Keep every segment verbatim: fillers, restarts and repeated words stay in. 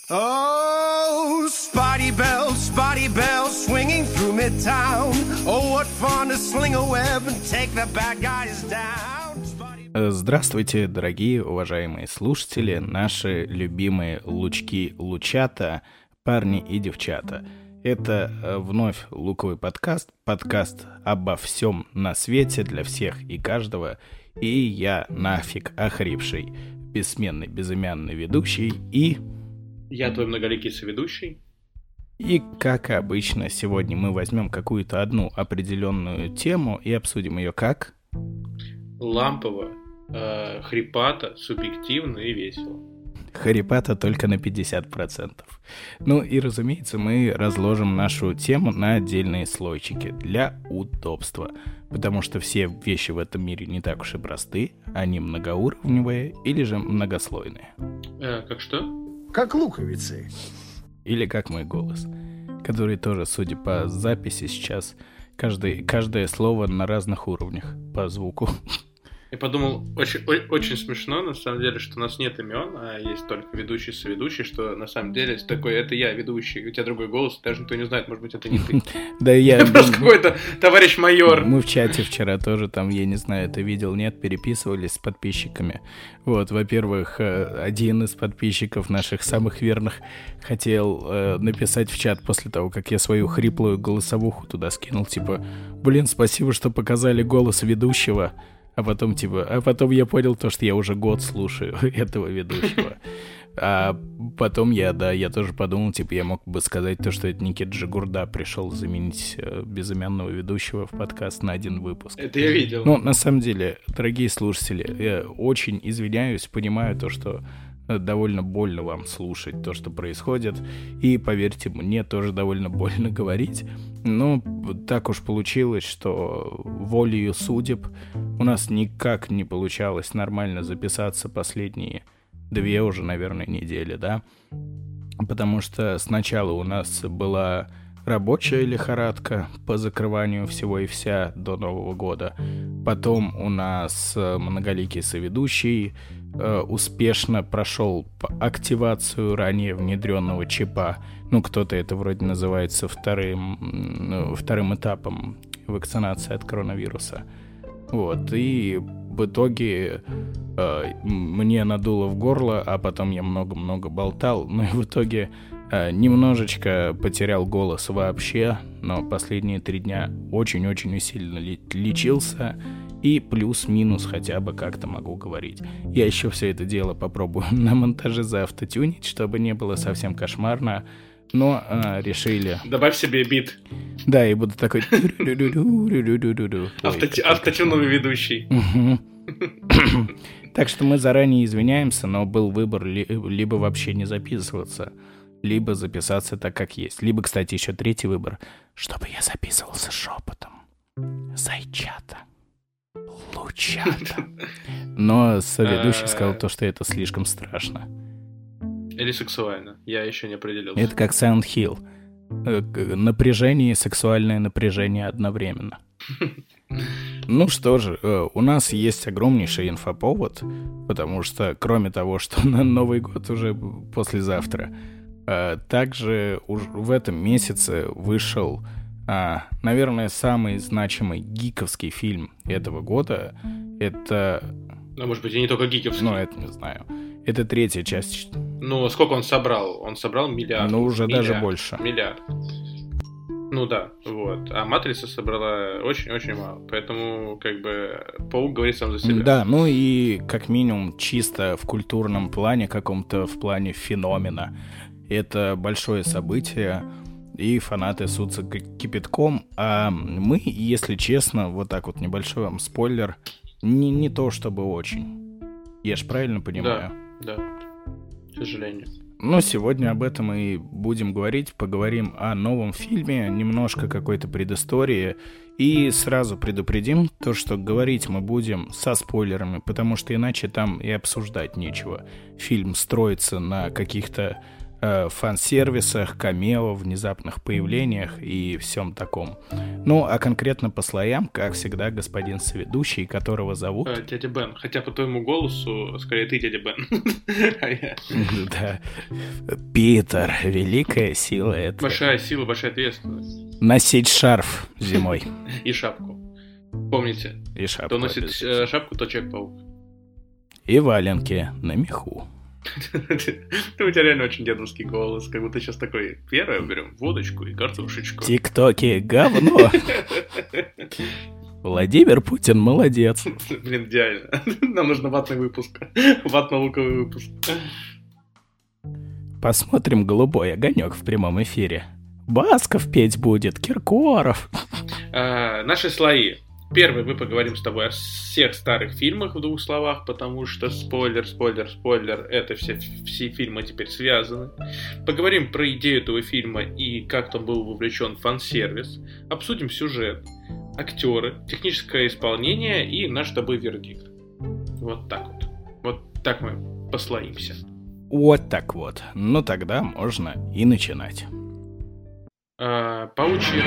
Oh, Spotty Bell, Spotty Bell, swinging through Midtown. Oh, what fun to sling a web and take the bad guys down. Здравствуйте, дорогие уважаемые слушатели, наши любимые лучки-лучата, парни и девчата. Это вновь Луковый подкаст, подкаст обо всем на свете для всех и каждого. И я нафиг охрипший, бессменный, безымянный ведущий и... Я твой многоликий соведущий. И, как обычно, сегодня мы возьмем какую-то одну определенную тему и обсудим ее как? Лампово, э, хрипато, субъективно и весело. Хрипато только на пятьдесят процентов. Ну и, разумеется, мы разложим нашу тему на отдельные слойчики для удобства. Потому что все вещи в этом мире не так уж и просты. Они многоуровневые или же многослойные. Э, как что? Как луковицы. Или как мой голос, который тоже, судя по записи, сейчас каждый, каждое слово на разных уровнях по звуку. Я подумал, очень, очень смешно, на самом деле, что у нас нет имен, а есть только ведущий, соведущий, что на самом деле такой, это я, ведущий, у тебя другой голос, даже никто не знает, может быть, это не ты. Да я... Просто какой-то товарищ майор. Мы в чате вчера тоже там, я не знаю, ты видел, нет, переписывались с подписчиками. Вот, во-первых, один из подписчиков наших самых верных хотел э, написать в чат после того, как я свою хриплую голосовуху туда скинул, типа, блин, спасибо, что показали голос ведущего. А потом, типа, а потом я понял то, что я уже год слушаю этого ведущего. А потом я, да, я тоже подумал, типа, я мог бы сказать то, что это Никита Джигурда пришел заменить э, безымянного ведущего в подкаст на один выпуск. Это я видел. Ну, на самом деле, дорогие слушатели, я очень извиняюсь, понимаю то, что довольно больно вам слушать то, что происходит. И, поверьте, мне тоже довольно больно говорить. Но так уж получилось, что волею судеб у нас никак не получалось нормально записаться последние две уже, наверное, недели, да? Потому что сначала у нас была рабочая лихорадка по закрыванию всего и вся до Нового года. Потом у нас многоликий соведущий э, успешно прошел активацию ранее внедренного чипа. Ну, кто-то это вроде называется вторым, ну, вторым этапом вакцинации от коронавируса. Вот, и в итоге э, мне надуло в горло, а потом я много-много болтал. Ну и в итоге э, немножечко потерял голос вообще, но последние три дня очень-очень усиленно лечился. И плюс-минус хотя бы как-то могу говорить. Я еще все это дело попробую на монтаже заавтотюнить, чтобы не было совсем кошмарно. Но а, решили... Добавь себе бит. Да, и буду такой... Автотюновый ведущий. Так что мы заранее извиняемся, но был выбор либо вообще не записываться, либо записаться так, как есть. Либо, кстати, еще третий выбор, чтобы я записывался шепотом. Зайчата. Лучата. Но соведущий сказал то, что это слишком страшно. Или сексуально. Я еще не определился. Это как Silent Hill. Напряжение и сексуальное напряжение одновременно. Ну что же, у нас есть огромнейший инфоповод, потому что, кроме того, что на Новый год уже послезавтра, также в этом месяце вышел, наверное, самый значимый гиковский фильм этого года. Это... Ну, может быть, и не только гиковский. Ну, это не знаю. Это третья часть. Ну, сколько он собрал? Он собрал миллиард. Ну, уже миллиард, даже больше. Миллиард. Ну да, вот. А «Матрица» собрала очень-очень мало. Поэтому, как бы, «Паук» говорит сам за себя. Да, ну и, как минимум, чисто в культурном плане, каком-то в плане феномена. Это большое событие, и фанаты ссутся кипятком. А мы, если честно, вот так вот небольшой вам спойлер, не, не то чтобы очень. Я ж правильно понимаю? Да, да, к сожалению. Ну, сегодня об этом и будем говорить. Поговорим о новом фильме, немножко какой-то предыстории. И сразу предупредим то, что говорить мы будем со спойлерами, потому что иначе там и обсуждать нечего. Фильм строится на каких-то э, фан-сервисах, камео, внезапных появлениях и всем таком. Ну, а конкретно по слоям, как всегда, господин соведущий, которого зовут... Э, дядя Бен. Хотя по твоему голосу, скорее ты дядя Бен. Да. Питер, великая сила это... Большая сила, большая ответственность. Носить шарф зимой. И шапку. Помните? И шапку. Кто носит шапку, то Человек-паук. И валенки на меху. Ты, у тебя реально очень дедовский голос, как будто сейчас такой: первое берем водочку и картошечку. Тиктоки говно. Владимир Путин молодец. Блин, идеально. Нам нужен ватный выпуск. Ватно-луковый выпуск. Посмотрим «Голубой огонек» в прямом эфире. Басков петь будет, Киркоров. А, наши слои. Первый мы поговорим с тобой о всех старых фильмах в двух словах, потому что спойлер, спойлер, спойлер, это все, все фильмы теперь связаны. Поговорим про идею этого фильма и как там был вовлечен фан-сервис. Обсудим сюжет, актеры, техническое исполнение и наш с тобой вердикт. Вот так вот. Вот так мы послоимся. Вот так вот. Ну тогда можно и начинать. А, Паучья...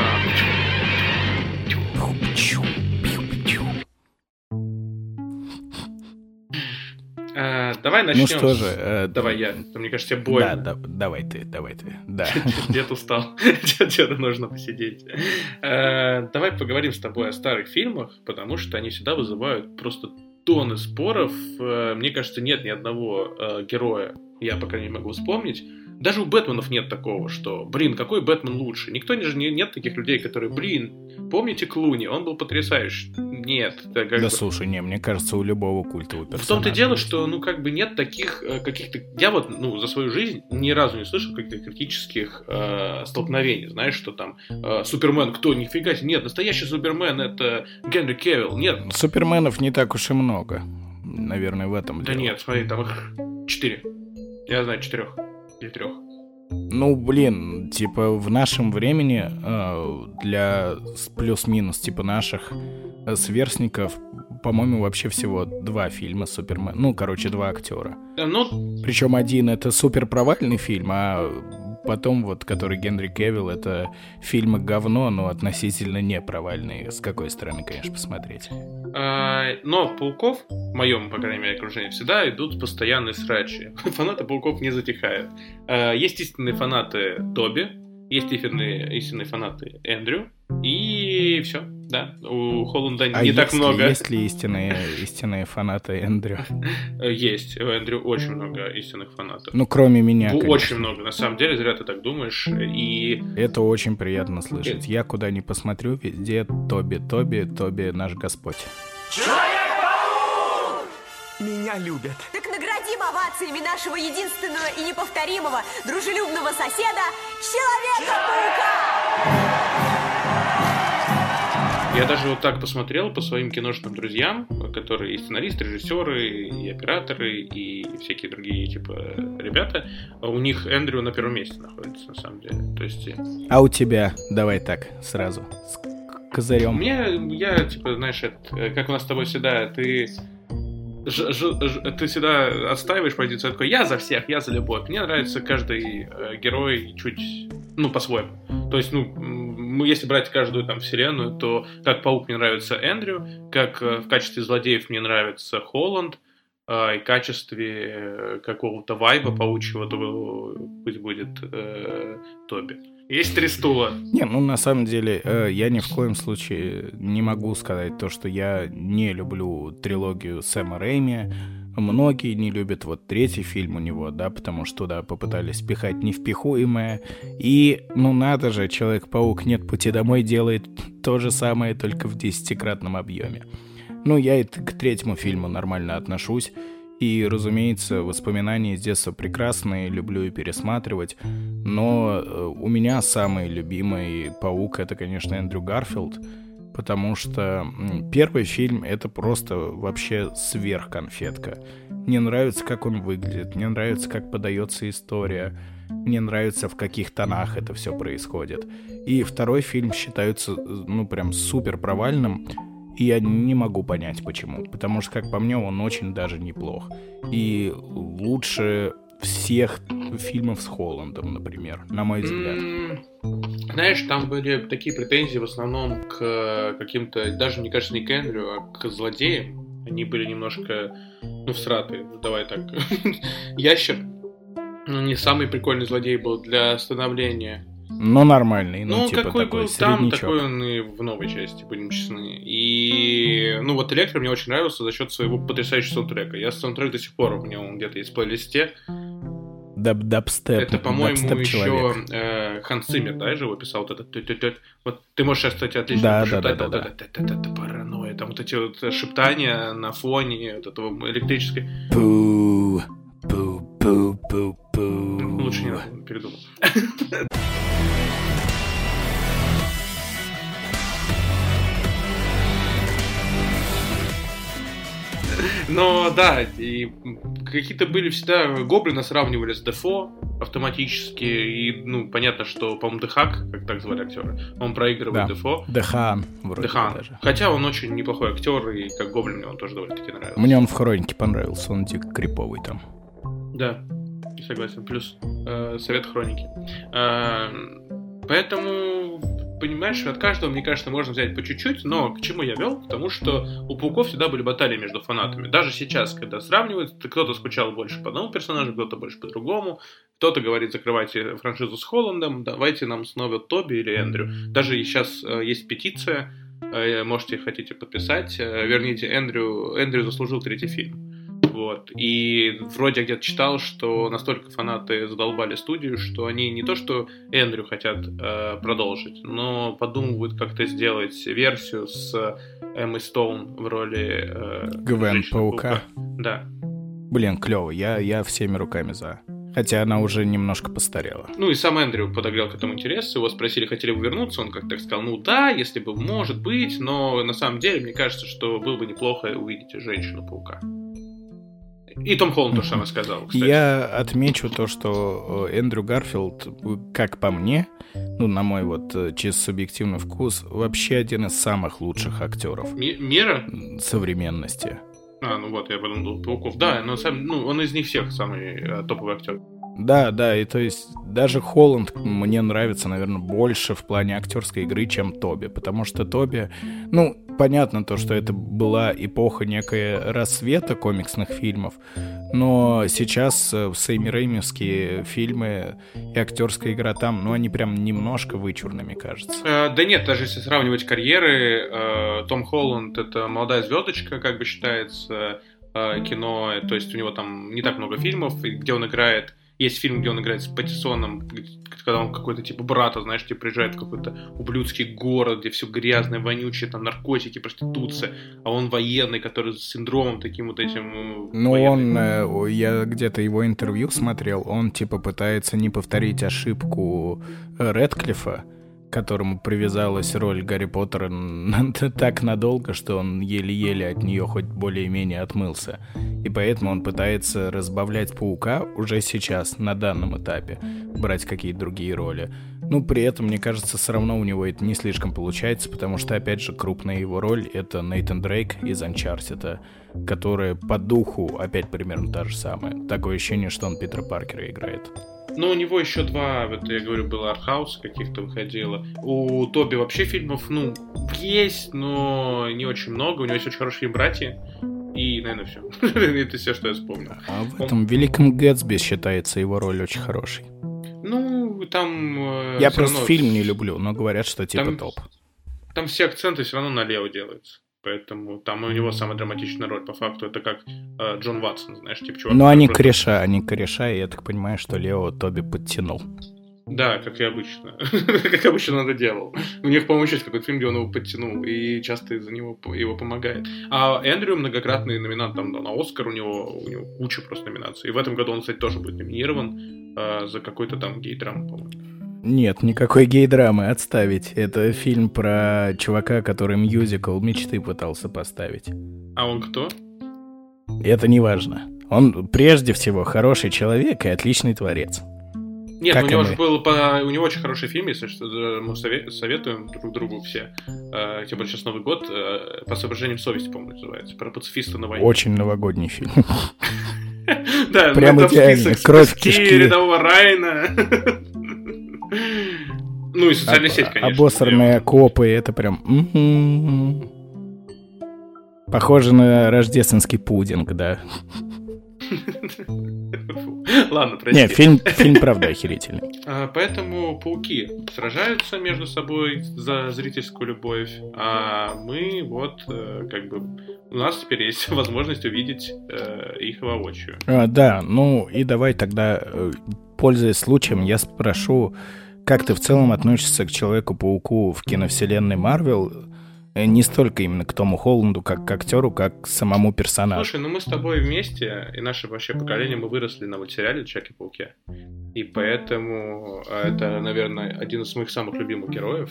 А, давай начнем. Ну что же, э, давай я. Мне кажется, тебе больно. Да, да, давай ты, давай ты. Да. Дед устал. Деду нужно посидеть. А, давай поговорим с тобой о старых фильмах, потому что они всегда вызывают просто тонны споров. Мне кажется, нет ни одного э, героя, я, по крайней мере, могу вспомнить. Даже у Бэтменов нет такого, что, блин, какой Бэтмен лучше. Никто же не, нет таких людей, которые, блин, помните Клуни, он был потрясающий. Нет. Как да бы... слушай, не, мне кажется, у любого культового персонажа. В том-то и дело, что, ну, как бы нет таких э, каких-то... Я вот, ну, за свою жизнь ни разу не слышал каких-то критических э, столкновений. Знаешь, что там э, Супермен, кто, нифига себе. Нет, настоящий Супермен — это Генри Кевилл. Нет. Суперменов не так уж и много. Наверное, в этом да дело. Да нет, смотри, там их четыре. Я знаю, четырех. Или трех. Ну, блин, типа в нашем времени э, для плюс-минус типа наших э, сверстников, по-моему, вообще всего два фильма Супермен. Ну, короче, два актера. Ну... Причем один это супер провальный фильм, а потом вот, который Генри Кевилл, это фильмы говно, но относительно не провальные. С какой стороны, конечно, посмотреть. А, но Пауков, в моем, по крайней мере, окружении, всегда идут постоянные срачи. Фанаты Пауков не затихают. А, есть истинные фанаты Тоби, есть истинные, истинные фанаты Эндрю, и все, да. У Холланда а не есть так ли, много. Есть ли истинные, истинные фанаты Эндрю? Есть. У Эндрю очень много истинных фанатов. Ну, кроме меня, Очень конечно. много. На самом деле, зря ты так думаешь. И... Это очень приятно слышать. Я куда ни посмотрю, везде Тоби, Тоби, Тоби наш Господь. Человек-паук! Меня любят. Так наградим овациями нашего единственного и неповторимого дружелюбного соседа Человека-паука! Я даже вот так посмотрел по своим киношным друзьям, которые и сценаристы, режиссеры, и операторы, и всякие другие типа ребята. У них Эндрю на первом месте находится, на самом деле. То есть... А у тебя? Давай так, сразу, с козырем. У меня, я, типа, знаешь, это, как у нас с тобой всегда, ты... Ж, ж, ж, ты всегда отстаиваешь позицию, такой: я за всех, я за любовь. Мне нравится каждый э, герой чуть, ну, по-своему. То есть, ну, если брать каждую там вселенную, то как Паук мне нравится Эндрю, как э, в качестве злодеев мне нравится Холланд, э, и в качестве э, какого-то вайба паучьего, то пусть будет э, Тоби. Есть три стула. Не, ну на самом деле э, я ни в коем случае не могу сказать то, что я не люблю трилогию Сэма Рэйми. Многие не любят вот третий фильм у него, да, потому что туда попытались пихать невпихуемое. И, ну надо же, Человек-паук «Нет пути домой» делает то же самое, только в десятикратном объеме. Ну, я и к третьему фильму нормально отношусь. И, разумеется, воспоминания с детства прекрасные, люблю и пересматривать. Но у меня самый любимый паук — это, конечно, Эндрю Гарфилд, потому что первый фильм — это просто вообще сверхконфетка. Мне нравится, как он выглядит, мне нравится, как подается история, мне нравится, в каких тонах это все происходит. И второй фильм считается, ну, прям супер провальным. И я не могу понять, почему. Потому что, как по мне, он очень даже неплох. И лучше всех фильмов с Холландом, например, на мой взгляд. Mm, знаешь, там были такие претензии в основном к каким-то, даже, мне кажется, не к Эндрю, а к злодеям. Они были немножко, ну, всратые, давай так. Ящер, ну, не самый прикольный злодей был для становления. Ну, нормальный, ну, ну типа какой такой был среднячок. там, такой он и в новой части, будем честны. И, ну, вот Электро мне очень нравился за счет своего потрясающего саундтрека. Я саундтрек до сих пор, у меня он где-то есть в плейлисте. Даб- дабстеп. Это, по-моему, дабстеп еще человек. э, Ханс Циммер, да, же его писал, вот этот тет-тет-тет. Вот ты можешь сейчас, кстати, отлично Да, пошептать, да, да, вот это, это, это паранойя, там вот эти вот шептания на фоне вот этого электрической. Пу, пу, пу, пу, пу. Лучше не надо, передумал. Но да, и какие-то были всегда гоблины сравнивали с Дефо автоматически, и ну понятно, что, по-моему, Дехак, как так звали актера, он проигрывает Да. Дефо. Дехан, вроде Дехан. даже. Хотя он очень неплохой актер, и как гоблин мне он тоже довольно-таки нравился. Мне он в Хронике понравился, он дико криповый там. Да, согласен. Плюс э, совет хроники. Э, поэтому, понимаешь, от каждого, мне кажется, можно взять по чуть-чуть, но к чему я вел? К тому, что у Пауков всегда были баталии между фанатами. Даже сейчас, когда сравнивают, кто-то скучал больше по одному персонажу, кто-то больше по другому. Кто-то говорит, закрывайте франшизу с Холландом, давайте нам снова Тоби или Эндрю. Даже сейчас э, есть петиция, э, можете, хотите подписать, э, верните Эндрю, Эндрю заслужил третий фильм. Вот. И вроде я где-то читал, что настолько фанаты задолбали студию, что они не то что Эндрю хотят э, продолжить, но подумывают как-то сделать версию с Эммой Стоун в роли э, Гвен Паука. Да. Блин, клево, я, я всеми руками за. Хотя она уже немножко постарела. Ну и сам Эндрю подогрел к этому интерес. Его спросили, хотели бы вернуться. Он как-то сказал, ну да, если бы, может быть. Но на самом деле, мне кажется, что было бы неплохо увидеть Женщину-паука. И Том Холланд то же самое сказал, кстати. Я отмечу то, что Эндрю Гарфилд, как по мне, ну, на мой вот чисто субъективный вкус, вообще один из самых лучших актеров Ми- Мира? современности. А, ну вот, я подумал, Пауков. Да, но сам, ну, он из них всех самый э, топовый актер. Да, да, и то есть даже Холланд мне нравится, наверное, больше в плане актерской игры, чем Тоби, потому что Тоби, ну, понятно то, что это была эпоха некая рассвета комиксных фильмов, но сейчас Сэйми Рэймовские фильмы и актерская игра там, ну, они прям немножко вычурными, кажется. Э, да нет, даже если сравнивать карьеры, э, Том Холланд — это молодая звездочка, как бы считается, э, кино, то есть у него там не так много фильмов, где он играет. Есть фильм, где он играет с Паттисоном, когда он какой-то типа брата, знаешь, типа приезжает в какой-то ублюдский город, где все грязное, вонючее, там наркотики, проституция, а он военный, который с синдромом таким вот этим... Ну, военный. он, я где-то его интервью смотрел, он типа пытается не повторить ошибку Рэдклиффа, к которому привязалась роль Гарри Поттера так надолго, что он еле-еле от нее хоть более-менее отмылся. И поэтому он пытается разбавлять Паука уже сейчас, на данном этапе, брать какие-то другие роли. Ну, при этом, мне кажется, все равно у него это не слишком получается, потому что, опять же, крупная его роль — это Нейтан Дрейк из Uncharted, которая по духу опять примерно та же самая. Такое ощущение, что он Питера Паркера играет. Ну, у него еще два, вот я говорю, было артхаус каких-то выходило. У Тоби вообще фильмов, ну, есть, но не очень много. У него есть очень хорошие братья. И, наверное, все. Это все, что я вспомнил. А в этом «Великом Гэтсби» считается его роль очень хорошей. Ну, там... Я просто равно... фильм не люблю, но говорят, что типа там, топ. Там все акценты все равно налево делаются. Поэтому там у него самая драматичная роль, по факту. Это как э, Джон Ватсон, знаешь, типа чувак. Ну, они просто... кореша, они кореша, и я так понимаю, что Лео Тоби подтянул. Да, как и обычно. Как обычно он это делал. У них, по-моему, еще есть какой-то фильм, где он его подтянул, и часто из-за него его помогает. А Эндрю многократный номинант там, на Оскар, у него, у него куча просто номинаций. И в этом году он, кстати, тоже будет номинирован э, за какой-то там гей-драм, по-моему. Нет, никакой гей-драмы, отставить. Это фильм про чувака, который мюзикл «Мечты» пытался поставить. А он кто? Это не важно. Он прежде всего хороший человек и отличный творец. Нет, у него же был по... у него очень хороший фильм, если что, мы советуем друг другу все. Uh, тем более сейчас Новый год, uh, «По соображениям совести», по-моему, называется. Про пацифиста на войне. Очень новогодний фильм. Да, прям идеально. Кровь, кишки. Рядового Райана. Ну и социальная сеть, конечно. Обосранные копы, это прям... Похоже на рождественский пудинг, да. Ладно, прости. Нет, фильм, фильм правда охерительный. А, поэтому пауки сражаются между собой за зрительскую любовь, а мы вот, э, как бы, у нас теперь есть возможность увидеть э, их воочию. А, да, ну и давай тогда, пользуясь случаем, я спрошу, как ты в целом относишься к Человеку-пауку в киновселенной Марвел? Не столько именно к Тому Холланду, как к актеру, как к самому персонажу. Слушай, ну мы с тобой вместе, и наше вообще поколение, мы выросли на мультсериале «Человеке-пауке». И поэтому это, наверное, один из моих самых любимых героев.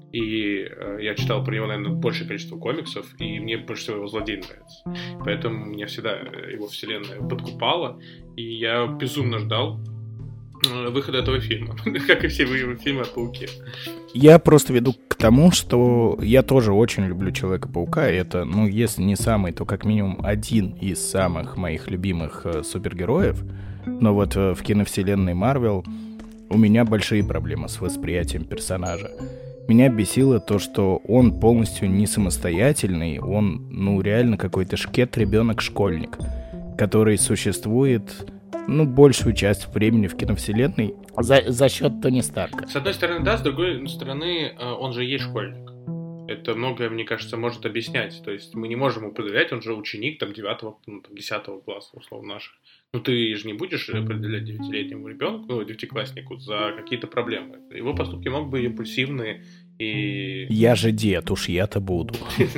И я читал про него, наверное, большее количество комиксов, и мне больше всего его злодей нравится. Поэтому меня всегда его вселенная подкупала, и я безумно ждал выхода этого фильма, как и все фильмы о Пауке. Я просто веду к тому, что я тоже очень люблю Человека-паука, и это, ну, если не самый, то как минимум один из самых моих любимых э, супергероев. Но вот э, в киновселенной Марвел у меня большие проблемы с восприятием персонажа. Меня бесило то, что он полностью не самостоятельный, он, ну, реально какой-то шкет-ребенок-школьник, который существует... ну, большую часть времени в киновселенной за, за счет Тони Старка. С одной стороны, да, с другой стороны, он же и есть школьник. Это многое, мне кажется, может объяснять. То есть мы не можем ему предъявлять, он же ученик там девятого, ну, там, десятого класса, условно, наших. Ну, ты же не будешь определять девятилетнему ребенку, ну, девятикласснику за какие-то проблемы. Его поступки могут быть импульсивные. И... Я же дед, уж я-то буду.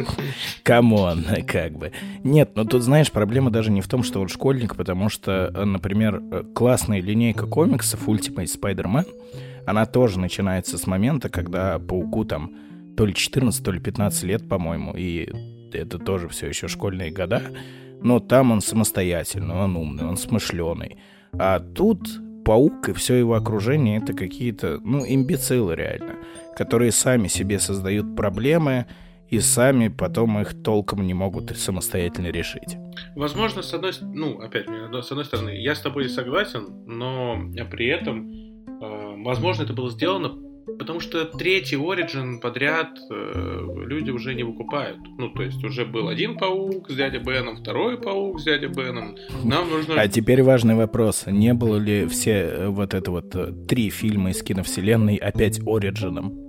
Камон, как бы. Нет, ну тут, знаешь, проблема даже не в том, что он школьник, потому что, например, классная линейка комиксов Ultimate Spider-Man, она тоже начинается с момента, когда Пауку там то ли четырнадцать, то ли пятнадцать лет, по-моему, и это тоже все еще школьные года, но там он самостоятельный, он умный, он смышленый. А тут Паук и все его окружение — это какие-то, ну, имбецилы реально, которые сами себе создают проблемы и сами потом их толком не могут самостоятельно решить. Возможно, с одной, ну, опять, с одной стороны, я с тобой согласен, но при этом, э, возможно, это было сделано, потому что третий Origin подряд э, люди уже не выкупают. Ну, то есть уже был один Паук с дядей Беном, второй Паук с дядей Беном. Нам нужно... А теперь важный вопрос. Не было ли все вот это вот три фильма из киновселенной опять Ориджином?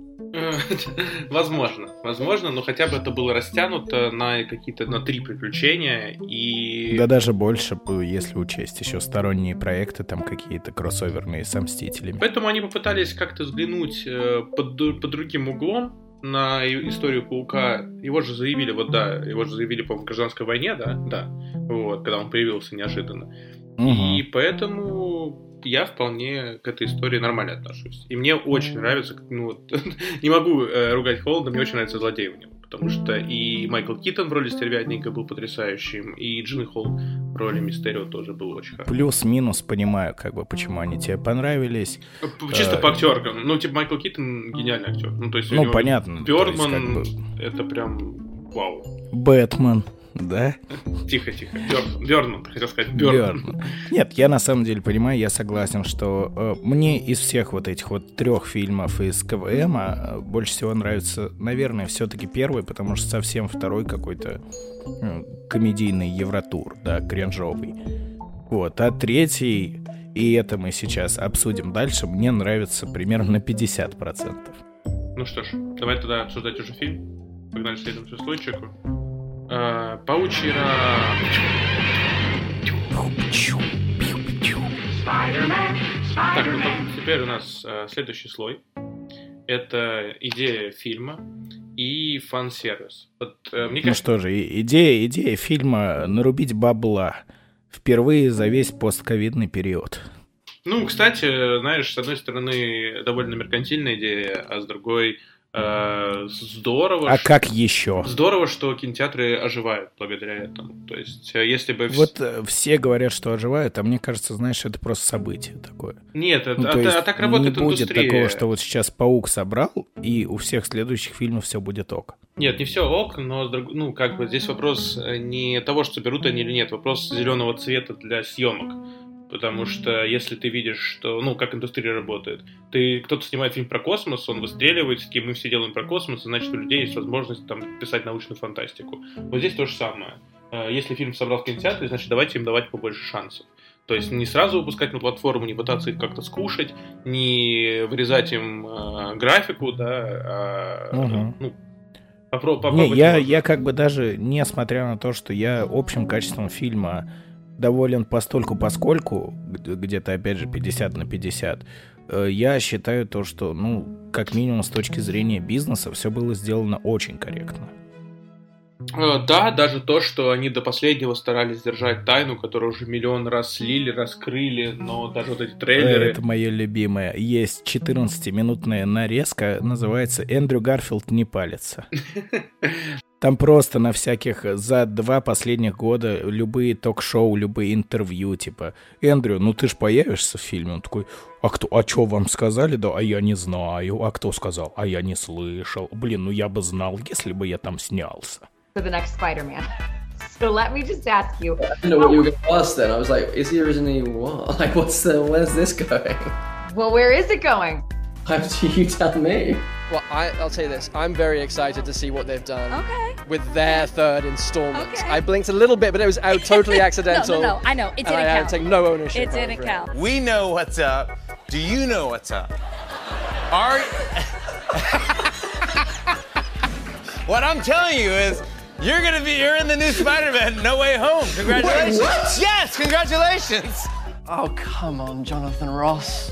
Возможно, возможно, но хотя бы это было растянуто на какие-то, на три приключения и... Да даже больше, если учесть еще сторонние проекты, там какие-то кроссоверные с Мстителями. Поэтому они попытались как-то взглянуть э, под, под другим углом на историю Паука. Его же заявили, вот да, его же заявили, по-моему, в гражданской войне, да, да, вот, когда он появился неожиданно. Угу. И поэтому... я вполне к этой истории нормально отношусь. И мне очень нравится, ну вот, не могу э, ругать Холланда, мне очень нравится злодей в нем. Потому что и Майкл Китон в роли Стервятника был потрясающим, и Джин Холл в роли Мистерио тоже был очень хороший. Плюс-минус понимаю, как бы, почему они тебе понравились. Чисто а... по актеркам. Ну, типа, Майкл Китон гениальный актер. Ну, то есть, ну понятно. Бёрдман, как бы... это прям вау. Бэтмен. Да? Тихо, тихо. Бёрдман, Бёрдман, ты хотел сказать Бёрдман. Бёрдман. Нет, я на самом деле понимаю, я согласен, что э, мне из всех вот этих вот трех фильмов из КВМа э, больше всего нравится, наверное, все-таки первый, потому что совсем второй какой-то э, комедийный евротур, да, кринжовый. Вот, а третий, и это мы сейчас обсудим дальше, мне нравится примерно на пятьдесят процентов. Ну что ж, давай тогда обсуждать уже фильм. Погнали к следующему слойчику. Uh, Паучья... Так, ну теперь у нас uh, следующий слой. Это идея фильма и фан-сервис. Вот, uh, мне кажется... Ну что же, идея, идея фильма — нарубить бабла. Впервые за весь постковидный период. Ну, кстати, знаешь, с одной стороны, довольно меркантильная идея, а с другой... Uh, здорово. А что... как еще? Здорово, что кинотеатры оживают благодаря этому. То есть, если бы... Вот все говорят, что оживают, а мне кажется, знаешь, это просто событие такое. Нет, ну, а, а, а так работает не индустрия. Не будет такого, что вот сейчас Паук собрал, и у всех следующих фильмов все будет ок. Нет, не все ок, но ну, как бы здесь вопрос не того, что берут они или нет, вопрос зеленого цвета для съемок. Потому что если ты видишь, что, ну, как индустрия работает, ты, кто-то снимает фильм про космос, он выстреливает, такие, мы все делаем про космос, значит, у людей есть возможность там писать научную фантастику. Вот здесь то же самое. Если фильм собрал в кинотеатре, значит, давайте им давать побольше шансов. То есть не сразу выпускать на платформу, не пытаться их как-то скушать, не вырезать им э, графику, да, а, угу. ну, попро- попробовать. Не, я, я как бы даже, несмотря на то, что я общим качеством фильма доволен постольку-поскольку, где-то, опять же, пятьдесят на пятьдесят, э, я считаю то, что, ну, как минимум с точки зрения бизнеса, все было сделано очень корректно. Да, даже то, что они до последнего старались держать тайну, которую уже миллион раз слили, раскрыли, но даже вот эти трейлеры... Это мое любимое. Есть четырнадцатиминутная нарезка, называется «Эндрю Гарфилд не палится». Там просто на всяких за два последних года любые ток-шоу, любые интервью, типа, Эндрю, ну ты ж появишься в фильме? Он такой, а кто, а что вам сказали? Да, а я не знаю. А кто сказал? А я не слышал. Блин, ну я бы знал, если бы я там снялся. For the next Spider-Man. So let me just ask you. I didn't know what you were going to ask then. I was like, is he originally what? Like, what's the, where's this going? Well, where is it going? Have to you tell me. Well, I, I'll tell you this. I'm very excited to see what they've done okay. with their third installment. Okay. I blinked a little bit, but it was out totally accidental. no, no, no, I know. It didn't and I count. had to take no ownership. It didn't count. It. We know what's up. Do you know what's up? Are What I'm telling you is you're gonna be you're in the new Spider-Man No Way Home. Congratulations. Wait, what? Yes, congratulations. Oh, come on, Jonathan Ross.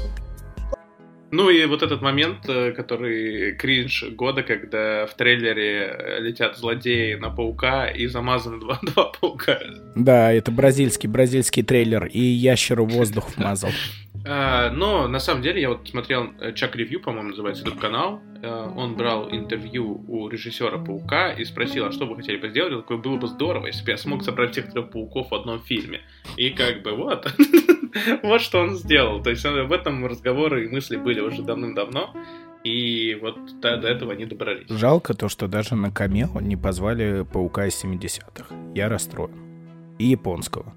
Ну и вот этот момент, который кринж года, когда в трейлере летят злодеи на паука и замазаны два, два паука. Да, это бразильский, бразильский трейлер, и ящеру воздух вмазал. А, но на самом деле я вот смотрел Чак Ревью, по-моему, называется этот канал. Он брал интервью у режиссера Паука и спросил, а что вы хотели бы сделать? Он такой, было бы здорово, если бы я смог собрать всех трех пауков в одном фильме. И как бы вот, вот что он сделал. То есть об этом разговоры и мысли были уже давным-давно. И вот до, до этого они добрались. Жалко то, что даже на камео не позвали Паука из семидесятых. Я расстроен. И японского.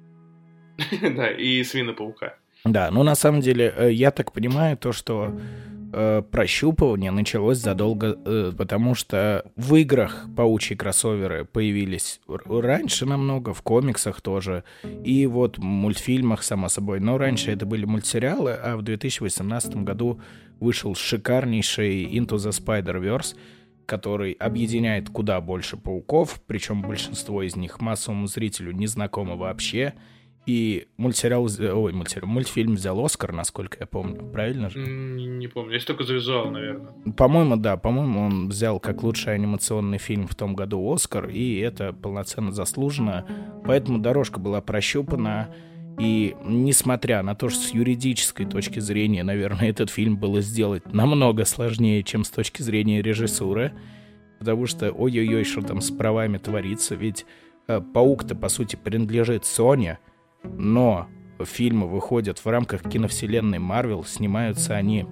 Да, и Свина-паука. Да, ну на самом деле, я так понимаю то, что э, прощупывание началось задолго, э, потому что в играх паучьи кроссоверы появились раньше намного, в комиксах тоже, и вот в мультфильмах, само собой. Но раньше это были мультсериалы, а в две тысячи восемнадцатом году вышел шикарнейший Into the Spider-Verse, который объединяет куда больше пауков, причем большинство из них массовому зрителю не знакомо вообще. И мультсериал, ой, мультсериал, мультфильм взял Оскар, насколько я помню, правильно же? Не, не помню, если только за визуал, наверное. По-моему, да, по-моему, он взял как лучший анимационный фильм в том году Оскар, и это полноценно заслуженно. Поэтому дорожка была прощупана, и несмотря на то, что с юридической точки зрения, наверное, этот фильм было сделать намного сложнее, чем с точки зрения режиссуры, потому что ой-ой-ой, что там с правами творится, ведь э, Паук-то, по сути, принадлежит Sony, но фильмы выходят в рамках киновселенной Marvel, снимаются они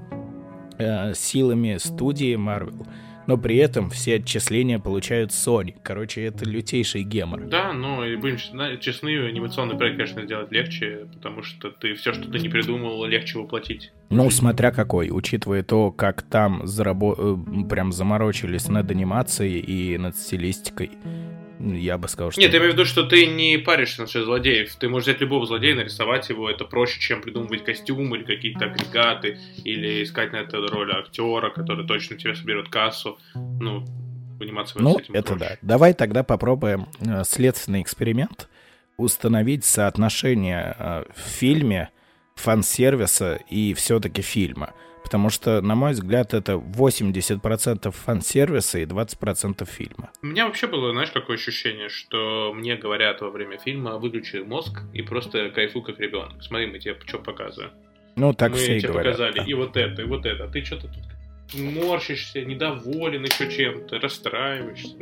э, силами студии Marvel, но при этом все отчисления получают Sony. Короче, это лютейший гемор. Да, но и будем честны, анимационный проект, конечно, сделать легче, потому что ты все, что ты не придумал, легче воплотить. Ну, смотря какой, учитывая то, как там зарабо... прям заморочились над анимацией и над стилистикой. Я бы сказал, что... Нет, я имею в виду, что ты не паришься насчет злодеев. Ты можешь взять любого злодея, нарисовать его. Это проще, чем придумывать костюм или какие-то агрегаты, или искать на эту роль актера, который точно тебе соберет кассу. Ну, заниматься ну, с этим это проще. Да. Давай тогда попробуем э, следственный эксперимент установить соотношение э, в фильме фан-сервиса и все-таки фильма. Потому что, на мой взгляд, это восемьдесят процентов фан-сервиса и двадцать процентов фильма. У меня вообще было, знаешь, какое ощущение, что мне говорят во время фильма: выключи мозг и просто кайфуй как ребенок. Смотри, мы тебе что показываем. Ну, так мы все и тебе говорят. показали Да. и вот это, и вот это. Ты что-то тут морщишься, недоволен еще чем-то, расстраиваешься.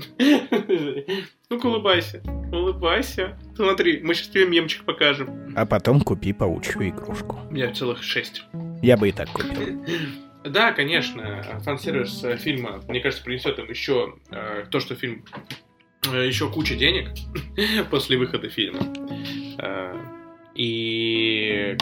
Ну-ка, улыбайся. Улыбайся. Смотри, мы сейчас тебе мемчик покажем. А потом купи паучью игрушку. У меня целых шесть. Я бы и так купил. Да, конечно, фан-сервис фильма, мне кажется, принесет им еще э, то, что фильм э, еще куча денег после выхода фильма. Э, и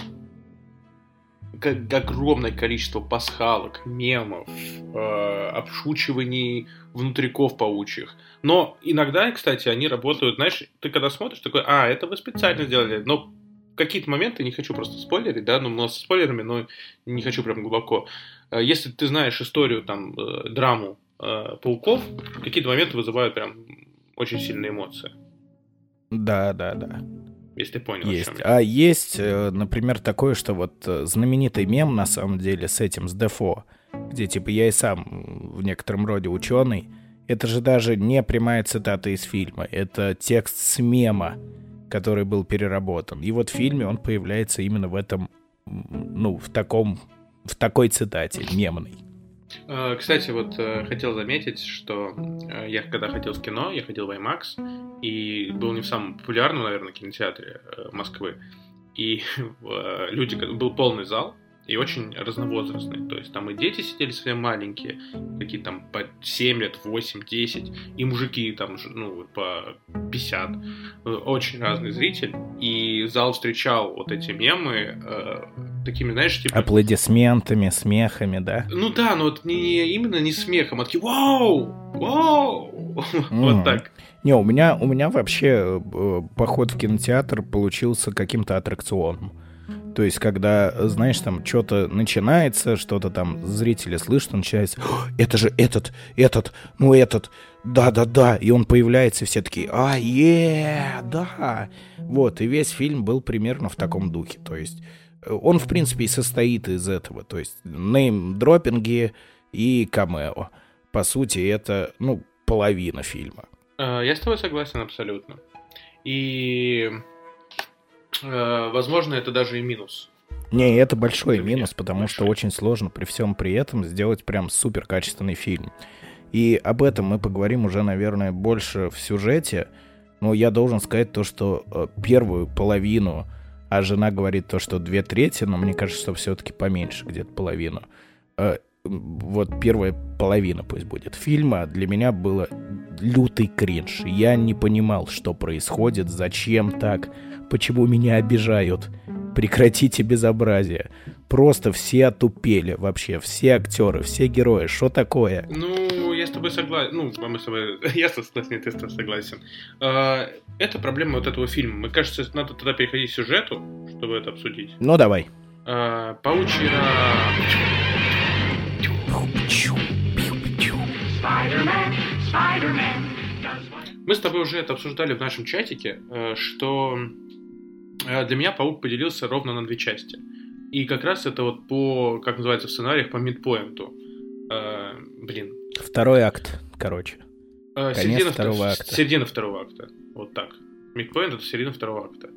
как огромное количество пасхалок, мемов, э, обшучиваний внутриков паучьих. Но иногда, кстати, они работают, знаешь, ты когда смотришь, такой, а, это вы специально сделали, но какие-то моменты, не хочу просто спойлерить, да, ну, со спойлерами, но не хочу прям глубоко. Если ты знаешь историю, там, драму э, пауков, какие-то моменты вызывают прям очень сильные эмоции. Да, да, да. Если ты понял, есть. о чем я. А есть, например, такое, что вот знаменитый мем, на самом деле, с этим, с Дефо, где, типа, я и сам в некотором роде ученый, это же даже не прямая цитата из фильма, это текст с мема, который был переработан. И вот в фильме он появляется именно в этом, ну, в таком, в такой цитате, мемной. Кстати, вот хотел заметить, что я когда ходил в кино, я ходил в IMAX, и был не в самом популярном, наверное, кинотеатре Москвы. И люди, был полный зал, и очень разновозрастный. То есть там и дети сидели совсем маленькие, какие там по семь лет, восемь, десять, и мужики там, ну, по пятьдесят. Очень разный зритель. И зал встречал вот эти мемы э, такими, знаешь, типа... Аплодисментами, смехами, да? Ну да, но вот не, именно не смехом, а такие «Вау! Вау!» Вот так. Не, у меня, у меня вообще э, поход в кинотеатр получился каким-то аттракционом. То есть, когда, знаешь, там что-то начинается, что-то там зрители слышат, начинается, это же этот, этот, ну этот, да-да-да, и он появляется, и все такие, а, е, да. Вот, и весь фильм был примерно в таком духе. То есть, он, в принципе, и состоит из этого. То есть, нейм-дроппинги и камео. По сути, это, ну, половина фильма. Я с тобой согласен абсолютно. И... возможно, это даже и минус. Не, это большой минус, потому большой. Что очень сложно при всем при этом сделать прям супер качественный фильм. И об этом мы поговорим уже, наверное, больше в сюжете. Но я должен сказать то, что э, первую половину, а жена говорит то, что две трети, но мне кажется, что все-таки поменьше, где-то половину. Э, вот первая половина пусть будет фильма для меня было лютый кринж. Я не понимал, что происходит, зачем так, почему меня обижают. Прекратите безобразие. Просто все отупели вообще, все актеры, все герои. Что такое? Ну, я с тобой согласен. Ну, мы с тобой... Я согласен, ты с тобой согласен. Это проблема вот этого фильма. Мне кажется, надо тогда переходить к сюжету, чтобы это обсудить. Ну, давай. Паучья... Мы с тобой уже это обсуждали в нашем чатике, что для меня паук поделился ровно на две части. И как раз это вот по, как называется в сценариях, по мидпоинту. Блин. Второй акт, короче. Конец середина второго акта. Середина второго акта. Вот так. Мидпоинт — это середина второго акта.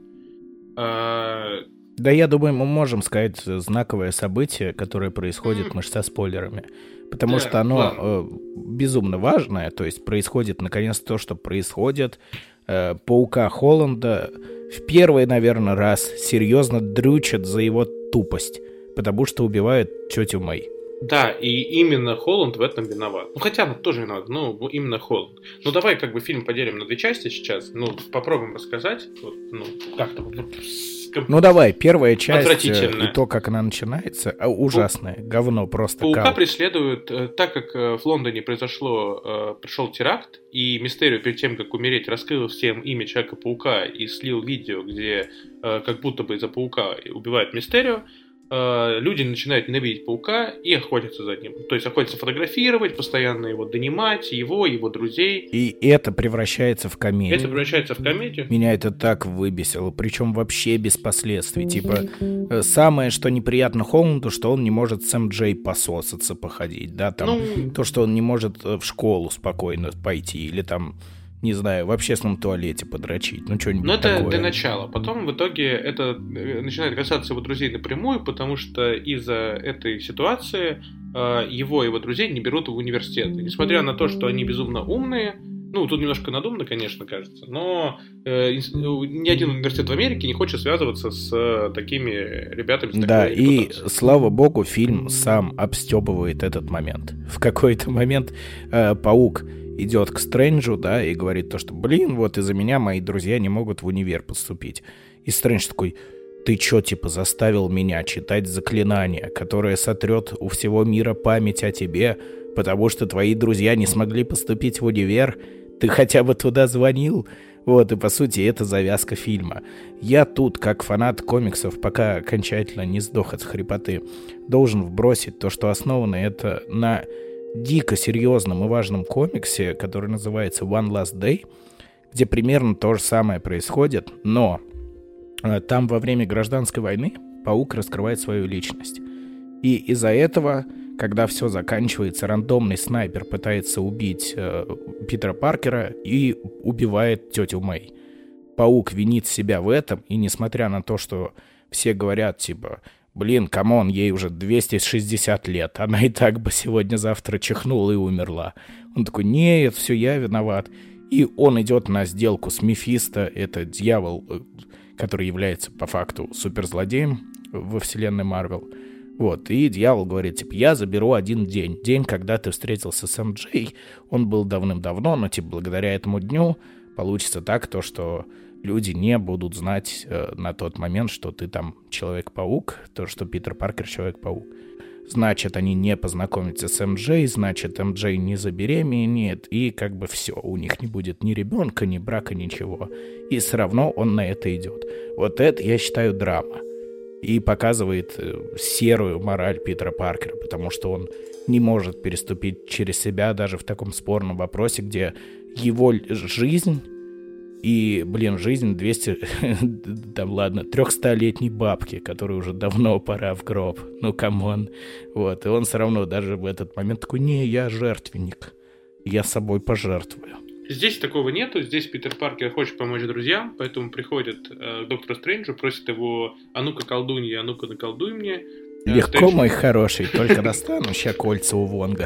Да, я думаю, мы можем сказать знаковое событие, которое происходит, mm. мы же со спойлерами. Потому да, что оно э, безумно важное. То есть происходит, наконец, то, что происходит. Э, Паука Холланда в первый, наверное, раз серьезно дрючат за его тупость. Потому что убивает тетю Мэй. Да, и именно Холланд в этом виноват. Ну, хотя она тоже виноват, но именно Холланд. Ну, давай как бы фильм поделим на две части сейчас. Ну, попробуем рассказать. Вот, ну, как-то... Ну давай, первая часть и то, как она начинается, ужасное, Пау... говно просто. Паука кал. преследуют, так как в Лондоне произошло, пришел теракт, и Мистерио перед тем, как умереть, раскрыл всем имя Человека-паука и слил видео, где как будто бы из-за паука убивают Мистерио. Люди начинают ненавидеть паука и охотятся за ним. То есть охотятся фотографировать, постоянно его донимать, его, его друзей. И это превращается в комедию. Это превращается в комедию. Меня это так выбесило, причем вообще без последствий. Типа, самое, что неприятно Холланду, что он не может с эм джей пососаться, походить, да, там, ну... то, что он не может в школу спокойно пойти, или там... не знаю, в общественном туалете подрочить, ну что-нибудь такое. Ну это такое. Для начала. Потом в итоге это начинает касаться его друзей напрямую, потому что из-за этой ситуации его и его друзей не берут в университет. И несмотря на то, что они безумно умные, Ну, тут немножко надуманно, конечно, кажется, но э, ни один университет в Америке не хочет связываться с э, такими ребятами. С да, такой и, репутацией. Слава богу, фильм сам обстебывает этот момент. В какой-то момент э, Паук идет к Стрэнджу, да, и говорит то, что, блин, вот из-за меня мои друзья не могут в универ поступить. И Стрэндж такой: ты чё, типа, заставил меня читать заклинание, которое сотрет у всего мира память о тебе, потому что твои друзья не смогли поступить в универ? Ты хотя бы туда звонил? Вот, и по сути это завязка фильма. Я тут, как фанат комиксов, пока окончательно не сдох от хрипоты, должен вбросить то, что основано это на дико серьезном и важном комиксе, который называется One Last Day, где примерно то же самое происходит, но э, там во время гражданской войны Паук раскрывает свою личность. И из-за этого, когда все заканчивается, рандомный снайпер пытается убить э, Питера Паркера и убивает тетю Мэй. Паук винит себя в этом, и несмотря на то, что все говорят, типа, блин, камон, ей уже двести шестьдесят лет, она и так бы сегодня-завтра чихнула и умерла. Он такой: не, это все я виноват. И он идет на сделку с Мефисто, это дьявол, который является по факту суперзлодеем во вселенной Марвел. Вот, и дьявол говорит, типа, я заберу один день. День, когда ты встретился с эм джей, он был давным-давно, но, типа, благодаря этому дню получится так, то, что люди не будут знать э, на тот момент, что ты там Человек-паук, то, что Питер Паркер Человек-паук. Значит, они не познакомятся с эм джей, значит, эм джей не забеременеет, и как бы все, у них не будет ни ребенка, ни брака, ничего. И все равно он на это идет. Вот это, я считаю, драма. И показывает серую мораль Питера Паркера, потому что он не может переступить через себя даже в таком спорном вопросе, где его жизнь и, блин, жизнь двести, там, ладно, трехстолетней бабки, которой уже давно пора в гроб. Ну, камон. Вот, и он все равно даже в этот момент такой: не, я жертвенник, я собой пожертвую. Здесь такого нету, здесь Питер Паркер хочет помочь друзьям, поэтому приходит э, к доктору Стрэнджу, просит его: а ну-ка колдунья, а ну-ка наколдуй мне. Легко, Стрэндж... мой хороший, только достану ща кольца у Вонга.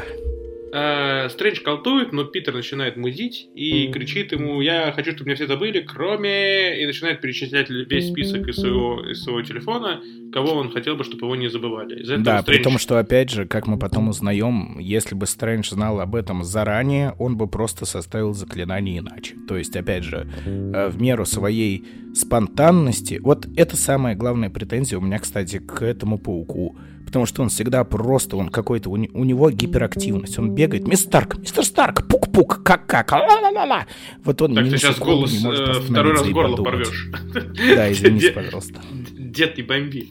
Э, Стрэндж колдует, но Питер начинает мудить и кричит ему: я хочу, чтобы меня все забыли, кроме... И начинает перечислять весь список из своего, из своего телефона, кого он хотел бы, чтобы его не забывали. Из-за да, Стрэндж... при том, что, опять же, как мы потом узнаем, если бы Стрэндж знал об этом заранее, он бы просто составил заклинание иначе. То есть, опять же, в меру своей спонтанности... Вот это самая главная претензия у меня, кстати, к этому Пауку. Потому что он всегда просто, он какой-то, у, не, у него гиперактивность. Он бегает: мистер Старк, мистер Старк, пук-пук, как-как, ла-ла-ла-ла. Вот он так ни ты сейчас голос не может э, второй раз горло подумать. порвешь. Да, извините, пожалуйста. Дед, не бомби.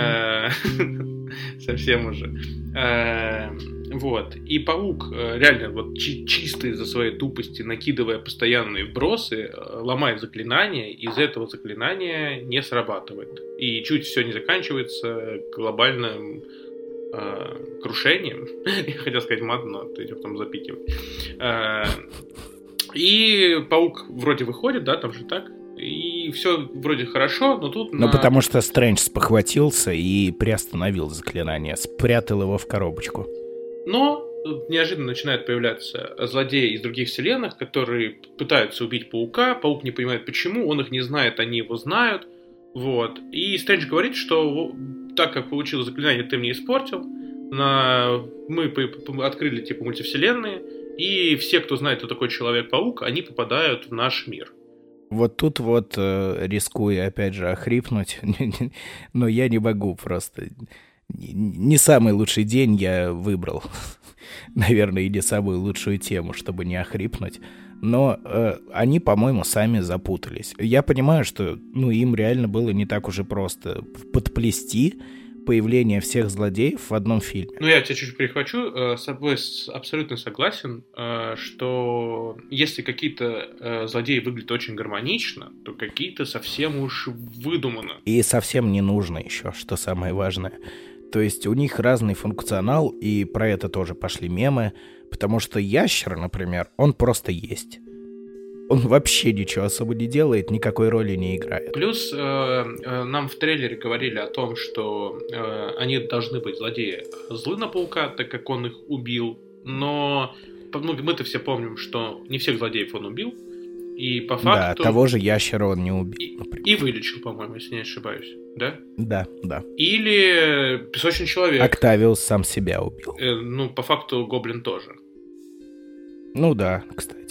Совсем уже. Вот. И Паук реально вот чисто из-за своей тупости, накидывая постоянные вбросы, ломает заклинание, и из этого заклинания не срабатывает. И чуть все не заканчивается глобальным э, крушением. Я хотел сказать мат, но ты потом запикивай. Э, и Паук вроде выходит, да, там же так. И все вроде хорошо, но тут... Ну, на... потому что Стрэндж спохватился и приостановил заклинание, спрятал его в коробочку. Но неожиданно начинают появляться злодеи из других вселенных, которые пытаются убить Паука. Паук не понимает почему, он их не знает, они его знают. Вот. И Стрэндж говорит, что так как получил заклинание, ты мне испортил. На... Мы открыли типа мультивселенные, и все, кто знает, кто такой Человек-паук, они попадают в наш мир. Вот тут вот, э, рискуя опять же охрипнуть, но я не могу просто... Не самый лучший день я выбрал. Наверное, и не самую лучшую тему, чтобы не охрипнуть. Но э, они, по-моему, сами запутались. Я понимаю, что ну, им реально было не так уж и просто подплести появление всех злодеев в одном фильме. Ну, я тебя чуть-чуть перехвачу. С тобой абсолютно согласен, что если какие-то злодеи выглядят очень гармонично, то какие-то совсем уж выдуманно. И совсем не нужно еще, что самое важное. То есть у них разный функционал, и про это тоже пошли мемы, потому что ящер, например, он просто есть. Он вообще ничего особо не делает, никакой роли не играет. Плюс э, э, нам в трейлере говорили о том, что э, они должны быть злодеи злы на Паука, так как он их убил, но ну, мы-то все помним, что не всех злодеев он убил, и по факту... Да, того же ящера он не убил. И, и вылечил, по-моему, если не ошибаюсь, да? Да, да. Или Песочный человек. Октавиус сам себя убил. Э, ну, по факту Гоблин тоже. Ну да, кстати.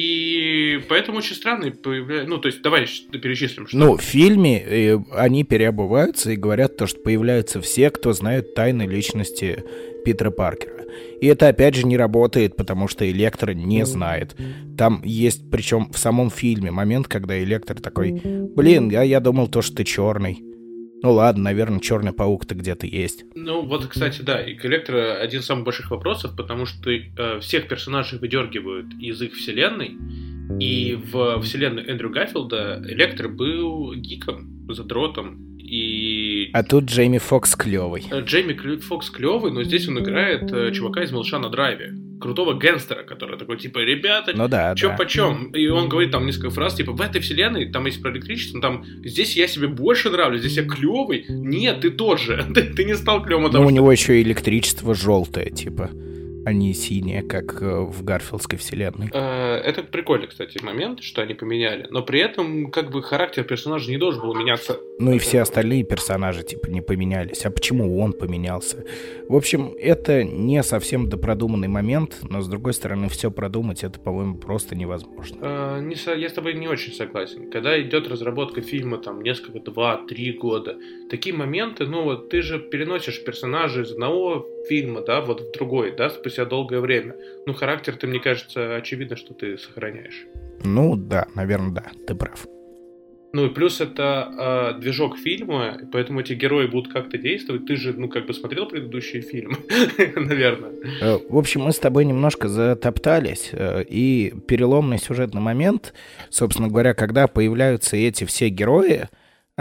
И поэтому очень странно появляется... Ну, то есть, давай перечислим, что... Ну, в фильме э, они переобуваются и говорят то, что появляются все, кто знает тайны личности Питера Паркера. И это, опять же, не работает, потому что Электро не знает. Там есть, причем в самом фильме, момент, когда Электро такой: блин, я, я думал то, что ты черный. Ну ладно, наверное, Черный паук-то где-то есть. Ну вот, кстати, да, и к Электро один из самых больших вопросов, потому что э, всех персонажей выдергивают из их вселенной, и в вселенной Эндрю Гарфилда Электро был гиком, задротом, и... А тут Джейми Фокс клевый. Джейми Фокс клевый, но здесь он играет э, чувака из «Малыша на драйве». Крутого гэнгстера, который такой, типа, ребята, ну да, чё да. почем? И он говорит там несколько фраз, типа, в этой вселенной, там есть про электричество, там, здесь я себе больше нравлюсь, здесь я клевый. Нет, ты тот же, ты, ты не стал клевым. Ну, у что... него еще и электричество желтое, типа, а не синее, как в Гарфилдской вселенной. Это прикольный, кстати, момент, что они поменяли, но при этом, как бы, характер персонажа не должен был меняться. Ну и все остальные персонажи, типа, не поменялись. А почему он поменялся? В общем, это не совсем допродуманный момент, но, с другой стороны, все продумать, это, по-моему, просто невозможно. А, не со... Я с тобой не очень согласен. Когда идет разработка фильма, там, несколько, два-три года, такие моменты, ну, вот, ты же переносишь персонажа из одного фильма, да, вот в другой, да, спустя долгое время. Ну, характер, ты, мне кажется, очевидно, что ты сохраняешь. Ну, да, наверное, да, ты прав. Ну и плюс это э, движок фильма, поэтому эти герои будут как-то действовать. Ты же, ну, как бы смотрел предыдущие фильмы, наверное. В общем, мы с тобой немножко затоптались, и переломный сюжетный момент, собственно говоря, когда появляются эти все герои,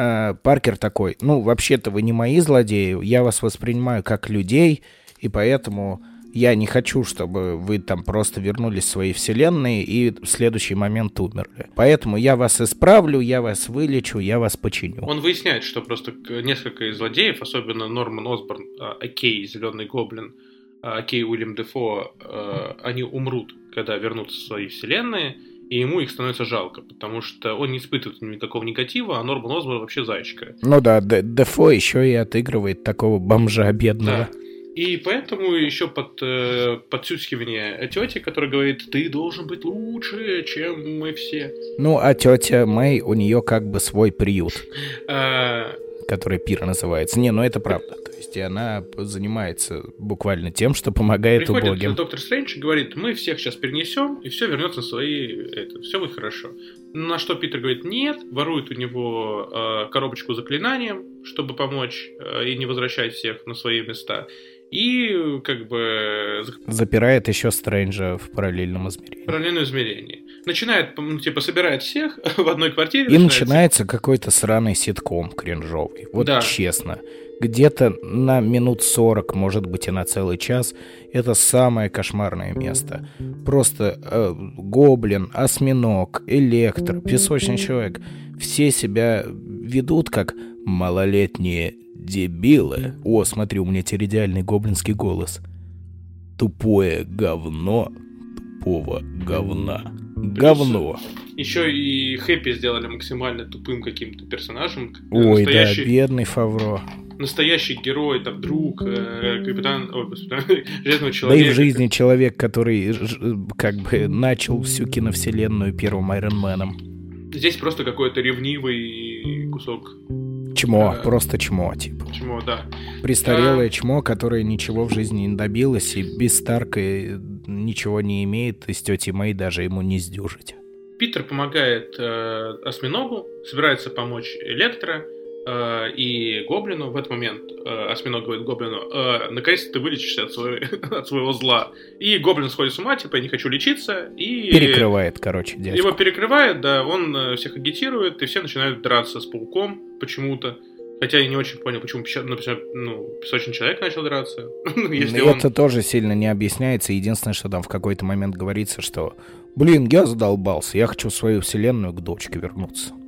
Паркер такой: ну, вообще-то вы не мои злодеи, я вас воспринимаю как людей, и поэтому... Я не хочу, чтобы вы там просто вернулись в свои вселенные и в следующий момент умерли. Поэтому я вас исправлю, я вас вылечу, я вас починю. Он выясняет, что просто несколько из злодеев, особенно Норман Осборн, Окей, Зеленый Гоблин, Окей, Уильям Дефо, они умрут, когда вернутся в свои вселенные, и ему их становится жалко, потому что он не испытывает никакого негатива, а Норман Осборн вообще зайчка. Ну да, Дефо еще и отыгрывает такого бомжа бедного. Да. И поэтому еще под э, подсюскивание тети, которая говорит: ты должен быть лучше, чем мы все. Ну, а тетя Мэй, у нее как бы свой приют, а... который Пир называется. Не, ну это правда. То есть она занимается буквально тем, что помогает Приходит убогим. доктор Стрэндж и говорит: мы всех сейчас перенесем, и все вернется на свои... Это, все будет хорошо. На что Питер говорит: нет, ворует у него э, коробочку с заклинанием, чтобы помочь, э, и не возвращать всех на свои места. И как бы... Запирает еще Стрэнджа в параллельном измерении. В параллельном измерении. Начинает, ну, типа, собирает всех в одной квартире. И начинается, начинается какой-то сраный ситком кринжовый. Вот да. Честно. Где-то на минут сорок, может быть, и на целый час. Это самое кошмарное место. Просто э, Гоблин, Осьминог, Электро, Песочный человек. Все себя ведут как малолетние дебилы. О, смотри, у меня теперь идеальный гоблинский голос. Тупое говно тупого говна. Говно. Еще и Хэппи сделали максимально тупым каким-то персонажем. Ой, настоящий... да, бедный Фавро. Настоящий герой, там, друг, э, капитан, ой, господи, Железного человека. Да и в жизни человек, который как бы начал всю киновселенную первым Айронменом. Здесь просто какой-то ревнивый кусок. Чмо, а, просто чмо, типа. Чмо, да. Престарелое а... чмо, которое ничего в жизни не добилось, и без Старка ничего не имеет, и с тетей Мэй даже ему не сдюжить. Питер помогает э, Осьминогу, собирается помочь Электро э, и Гоблину. В этот момент э, Осьминог говорит Гоблину: э, наконец-то ты вылечишься от, свой, от своего зла. И Гоблин сходит с ума, типа, я не хочу лечиться. И перекрывает, короче, дядьку. Его перекрывает, да, он всех агитирует, и все начинают драться с пауком почему-то. Хотя я не очень понял, почему, например, ну, Песочный человек начал драться. Если это он... тоже сильно не объясняется. Единственное, что там в какой-то момент говорится, что блин, я задолбался, я хочу в свою вселенную к дочке вернуться.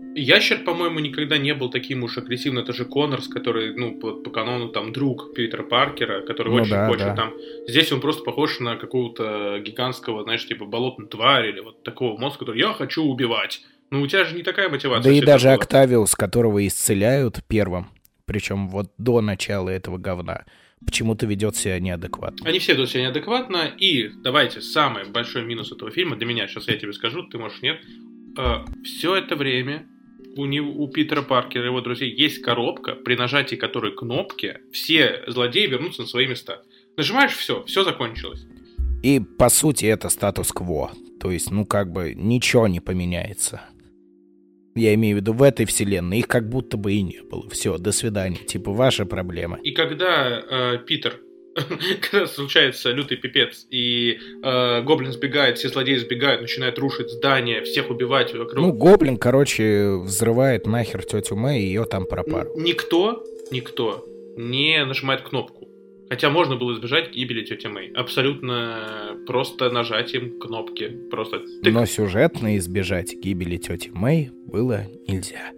Ящер, по-моему, никогда не был таким уж агрессивным. Это же Коннорс, который, ну, по, по канону, там, друг Питера Паркера, который ну, очень да, хочет да. там... Здесь он просто похож на какого-то гигантского, знаешь, типа, болотную тварь или вот такого монстра, который «я хочу убивать». Ну, у тебя же не такая мотивация. Да и даже была. Октавиус, которого исцеляют первым, причем вот до начала этого говна, почему-то ведет себя неадекватно. Они все ведут себя неадекватно, и давайте, самый большой минус этого фильма, для меня, сейчас я тебе скажу, ты можешь нет, э, все это время у, него, у Питера Паркера и его друзей есть коробка, при нажатии которой кнопки все злодеи вернутся на свои места. Нажимаешь, все, все закончилось. И, по сути, это статус-кво. То есть, ну, как бы, ничего не поменяется. Я имею в виду, в этой вселенной их как будто бы и не было. Все, до свидания. Типа, ваша проблема. И когда э, Питер, когда случается лютый пипец, и э, Гоблин сбегает, все злодеи сбегают, начинают рушить здания, всех убивать вокруг. Ну, Гоблин, короче, взрывает нахер тетю Мэй и ее там пропару. Никто, никто не нажимает кнопку. Хотя можно было избежать гибели тети Мэй. Абсолютно просто нажатием кнопки. Просто тык. Но сюжетно избежать гибели тети Мэй было нельзя.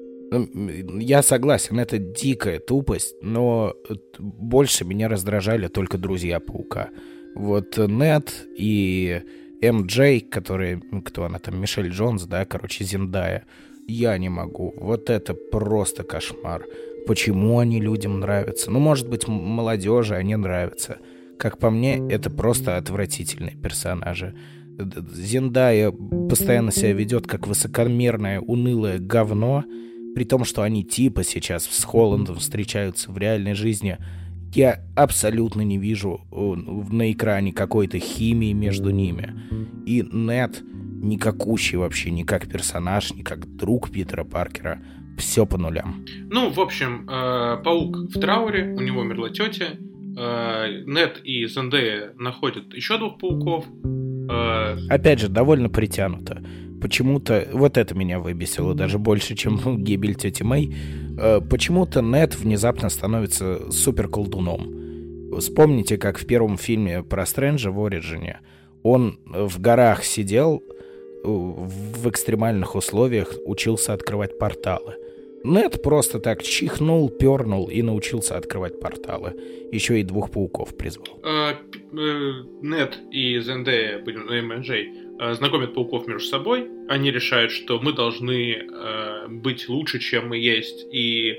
Я согласен, это дикая тупость, но больше меня раздражали только друзья Паука. Вот Нед и эм джей, которые, кто она там, Мишель Джонс, да, короче, Зендая. Я не могу. Вот это просто кошмар. Почему они людям нравятся? Ну, может быть, молодежи они нравятся. Как по мне, это просто отвратительные персонажи. Зендая постоянно себя ведет как высокомерное, унылое говно, при том, что они типа сейчас с Холландом встречаются в реальной жизни. Я абсолютно не вижу на экране какой-то химии между ними. И Нед никакущий вообще, ни как персонаж, ни как друг Питера Паркера. Все по нулям. Ну, в общем, э, Паук в трауре, у него умерла тетя. Э, Нед и Зендея находят еще двух пауков. Э... Опять же, довольно притянуто. Почему-то, вот это меня выбесило даже больше, чем гибель тети Мэй. Э, почему-то Нед внезапно становится супер-колдуном. Вспомните, как в первом фильме про Стрэнджа в Ориджине он в горах сидел, в экстремальных условиях учился открывать порталы. Нед просто так чихнул, пернул и научился открывать порталы. Еще и двух пауков призвал. Нед и Зендея, эм джей, знакомят пауков между собой. Они решают, что мы должны быть лучше, чем мы есть, и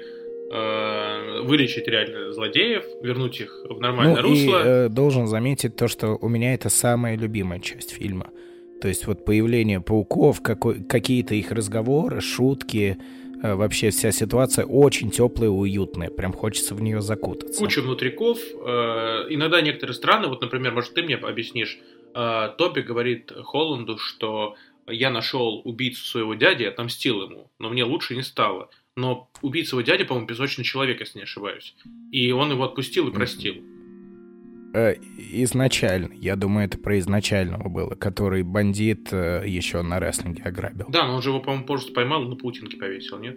вылечить реально злодеев, вернуть их в нормальное ну, русло. И э, должен заметить то, что у меня это самая любимая часть фильма. То есть вот появление пауков, какой, какие-то их разговоры, шутки, э, вообще вся ситуация очень теплая и уютная. Прям хочется в нее закутаться. Куча внутриков. Э, иногда некоторые страны, вот, например, может, ты мне объяснишь, э, Тоби говорит Холланду, что я нашел убийцу своего дяди, отомстил ему, но мне лучше не стало. Но убийца его дяди, по-моему, песочный человек, если не ошибаюсь. И он его отпустил и простил. Э, изначально, я думаю, это про изначального было, который бандит э, еще на рестлинге ограбил. Да, но он же его, по-моему, позже поймал и на паутинке повесил, нет?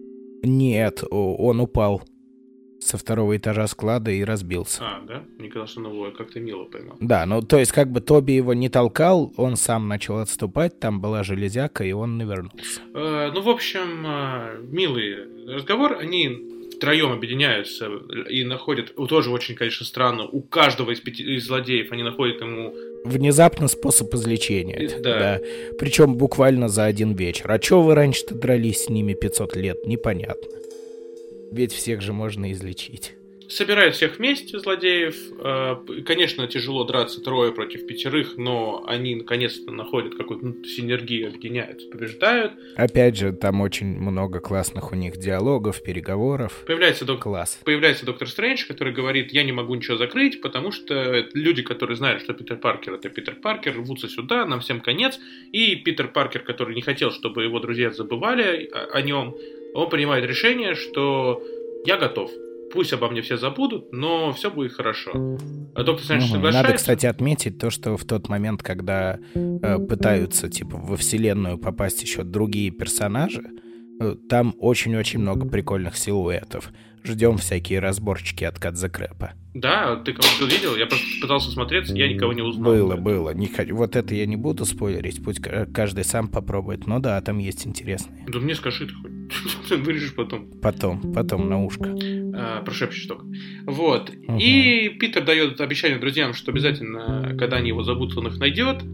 Нет, он упал со второго этажа склада и разбился. А, да? Мне казалось, что он его как-то мило поймал. Да, ну то есть как бы Тоби его не толкал, он сам начал отступать, там была железяка, и он навернулся. Э, ну, в общем, э, милый разговор, они втроем объединяются и находят, тоже очень, конечно, странно, у каждого из пяти из злодеев они находят ему... Внезапно способ излечения. Да. да. Причем буквально за один вечер. А чё вы раньше-то дрались с ними пятьсот лет? Непонятно. Ведь всех же можно излечить. Собирают всех вместе, злодеев. Конечно, тяжело драться трое против пятерых, но они наконец-то находят какую-то синергию, объединяются, побеждают. Опять же, там очень много классных у них диалогов, переговоров. Появляется, док... Класс. Появляется доктор Стрэндж, который говорит, я не могу ничего закрыть, потому что люди, которые знают, что Питер Паркер — это Питер Паркер, рвутся сюда, нам всем конец. И Питер Паркер, который не хотел, чтобы его друзья забывали о, о нем, он принимает решение, что я готов. Пусть обо мне все забудут, но все будет хорошо. А доктор Стрэндж угу. соглашается. Надо, кстати, отметить то, что в тот момент, когда э, пытаются типа во вселенную попасть еще другие персонажи, э, там очень-очень много прикольных силуэтов. ждем всякие разборчики от Кадзекрэпа. Да, ты кого-то видел? Я просто пытался смотреться, я никого не узнал. Было, было. Не хочу. Вот это я не буду спойлерить, пусть каждый сам попробует. Но да, там есть интересные. Да мне скажи ты хоть. Вырежешь потом. Потом, потом на ушко. А, прошепчешь только. Вот. Угу. И Питер дает обещание друзьям, что обязательно, когда они его зовут, он их найдет.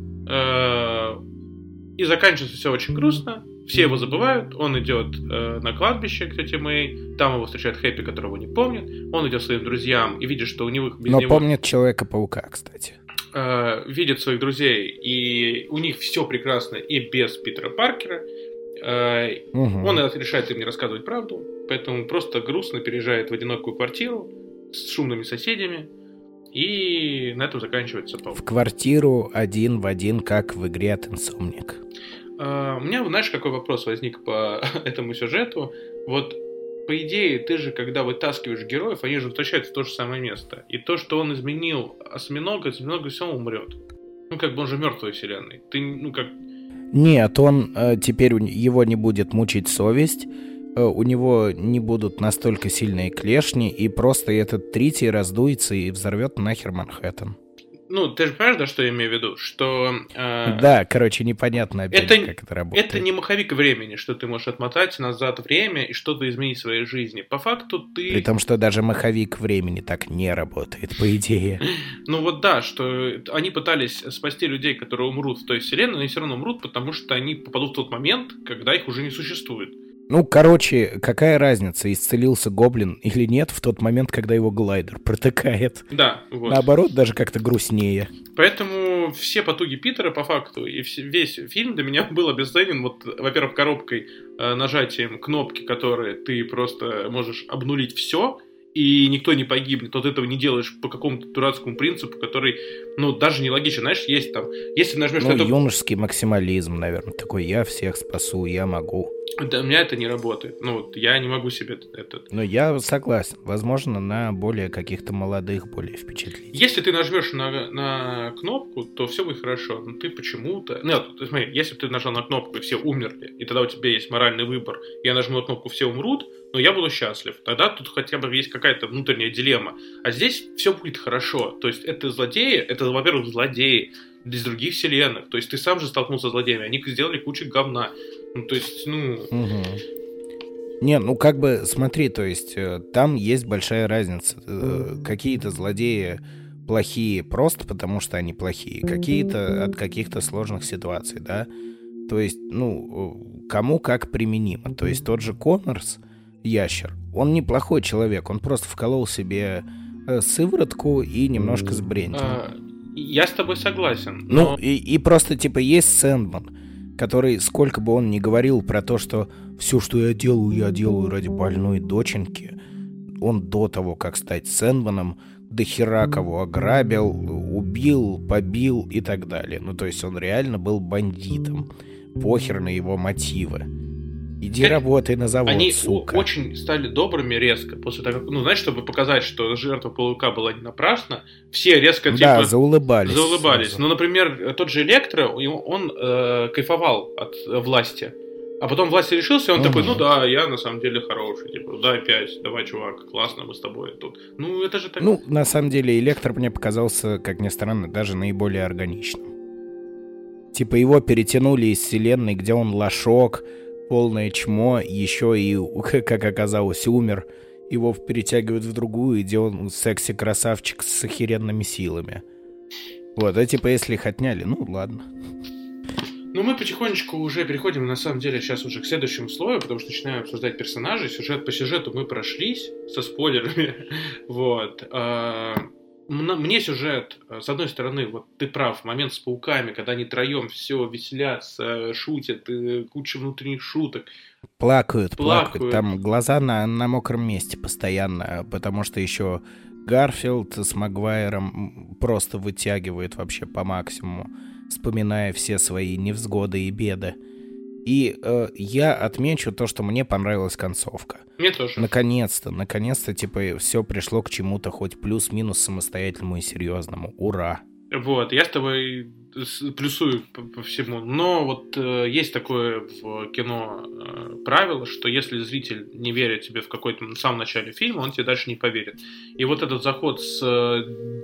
И заканчивается все очень грустно. Все его забывают, он идет э, на кладбище к тете Мэй, там его встречает Хэппи, которого не помнит, он идет к своим друзьям и видит, что у них без Но него... помнит Человека-паука, кстати. Э, видит своих друзей, и у них все прекрасно и без Питера Паркера. Э, угу. Он решает им не рассказывать правду, поэтому просто грустно переезжает в одинокую квартиру с шумными соседями, и на этом заканчивается паук. В квартиру один в один, как в игре от Insomniac. Uh, у меня, знаешь, какой вопрос возник по этому сюжету? Вот, по идее, ты же, когда вытаскиваешь героев, они же возвращаются в то же самое место. И то, что он изменил осьминога, осьминога все умрет. Ну, как бы он же мертвый вселенной. Ты, ну, как... Нет, он э, теперь его не будет мучить совесть, э, у него не будут настолько сильные клешни, и просто этот Тритий раздуется и взорвет нахер Манхэттен. Ну, ты же понимаешь, да, что я имею в виду? Что... Э, да, короче, непонятно опять, это, как это работает. Это не маховик времени, что ты можешь отмотать назад время и что-то изменить в своей жизни. По факту ты... При том, что даже маховик времени так не работает, по идее. Ну вот да, что они пытались спасти людей, которые умрут в той вселенной, но они все равно умрут, потому что они попадут в тот момент, когда их уже не существует. Ну, короче, какая разница, исцелился гоблин или нет в тот момент, когда его глайдер протыкает? Да, вот. Наоборот, даже как-то грустнее. Поэтому все потуги Питера, по факту, и весь фильм для меня был обесценен, вот, во-первых, коробкой, нажатием кнопки, которые ты просто можешь обнулить все, и никто не погибнет. Вот этого не делаешь по какому-то дурацкому принципу, который, ну, даже не логичен. Знаешь, есть там, если нажмешь... Ну, на эту... юношеский максимализм, наверное, такой, я всех спасу, я могу. Да, у меня это не работает. Ну, вот я не могу себе это... Ну, я согласен. Возможно, на более каких-то молодых, более впечатлительных. Если ты нажмешь на, на кнопку, то все будет хорошо. Но ты почему-то... Нет, смотри, если бы ты нажал на кнопку, и все умерли, и тогда у тебя есть моральный выбор, я нажму на кнопку, все умрут, но я буду счастлив. Тогда тут хотя бы есть какая-то внутренняя дилемма. А здесь все будет хорошо. То есть это злодеи, это, во-первых, злодеи из других вселенных. То есть ты сам же столкнулся с злодеями, они сделали кучу говна. Ну, то есть, ну... Угу. Не, ну как бы, смотри, то есть там есть большая разница. Какие-то злодеи плохие просто потому, что они плохие. Какие-то от каких-то сложных ситуаций, да? То есть, ну, кому как применимо. То есть тот же Коннорс, ящер, он неплохой человек, он просто вколол себе сыворотку и немножко сбрендил. А, я с тобой согласен. Но... Ну, и, и просто, типа, есть Сэндман, который, сколько бы он ни говорил про то, что все, что я делаю, я делаю ради больной доченьки, он до того, как стать Сэндманом, до хера кого ограбил, убил, побил и так далее. Ну, то есть он реально был бандитом. Похер на его мотивы. Иди как... работай на завод, Они сука. Они очень стали добрыми резко. После того, как, ну, знаешь, чтобы показать, что жертва паука была не напрасна, все резко, типа... Да, заулыбались. Заулыбались. Сразу. Ну, например, тот же Электро, он э, кайфовал от э, власти. А потом власть решился, и он угу. такой, ну да, я на самом деле хороший. Типа, дай пять, давай, чувак, классно, мы с тобой тут. Ну, это же так... Ну, на самом деле, Электро мне показался, как ни странно, даже наиболее органичным. Типа, его перетянули из вселенной, где он лошок, полное чмо, еще и, как оказалось, умер. Его перетягивают в другую, где он секси-красавчик с охеренными силами. Вот, а типа, если их отняли, ну, ладно. Ну, мы потихонечку уже переходим, на самом деле, сейчас уже к следующему слою, потому что начинаем обсуждать персонажей. Сюжет по сюжету мы прошлись со спойлерами. Вот. Мне сюжет, с одной стороны, вот ты прав, момент с пауками, когда они троем все веселятся, шутят, куча внутренних шуток. Плакают, плакают. плакают. Там глаза на, на мокром месте постоянно, потому что еще Гарфилд с Магуайром просто вытягивает вообще по максимуму, вспоминая все свои невзгоды и беды. И э, я отмечу то, что мне понравилась концовка. Мне тоже. Наконец-то, наконец-то, типа, все пришло к чему-то хоть плюс-минус самостоятельному и серьезному. Ура! Вот, я с тобой плюсую по, по всему. Но вот э, есть такое в кино э, правило, что если зритель не верит тебе в какой-то в самом начале фильма, он тебе дальше не поверит. И вот этот заход с э,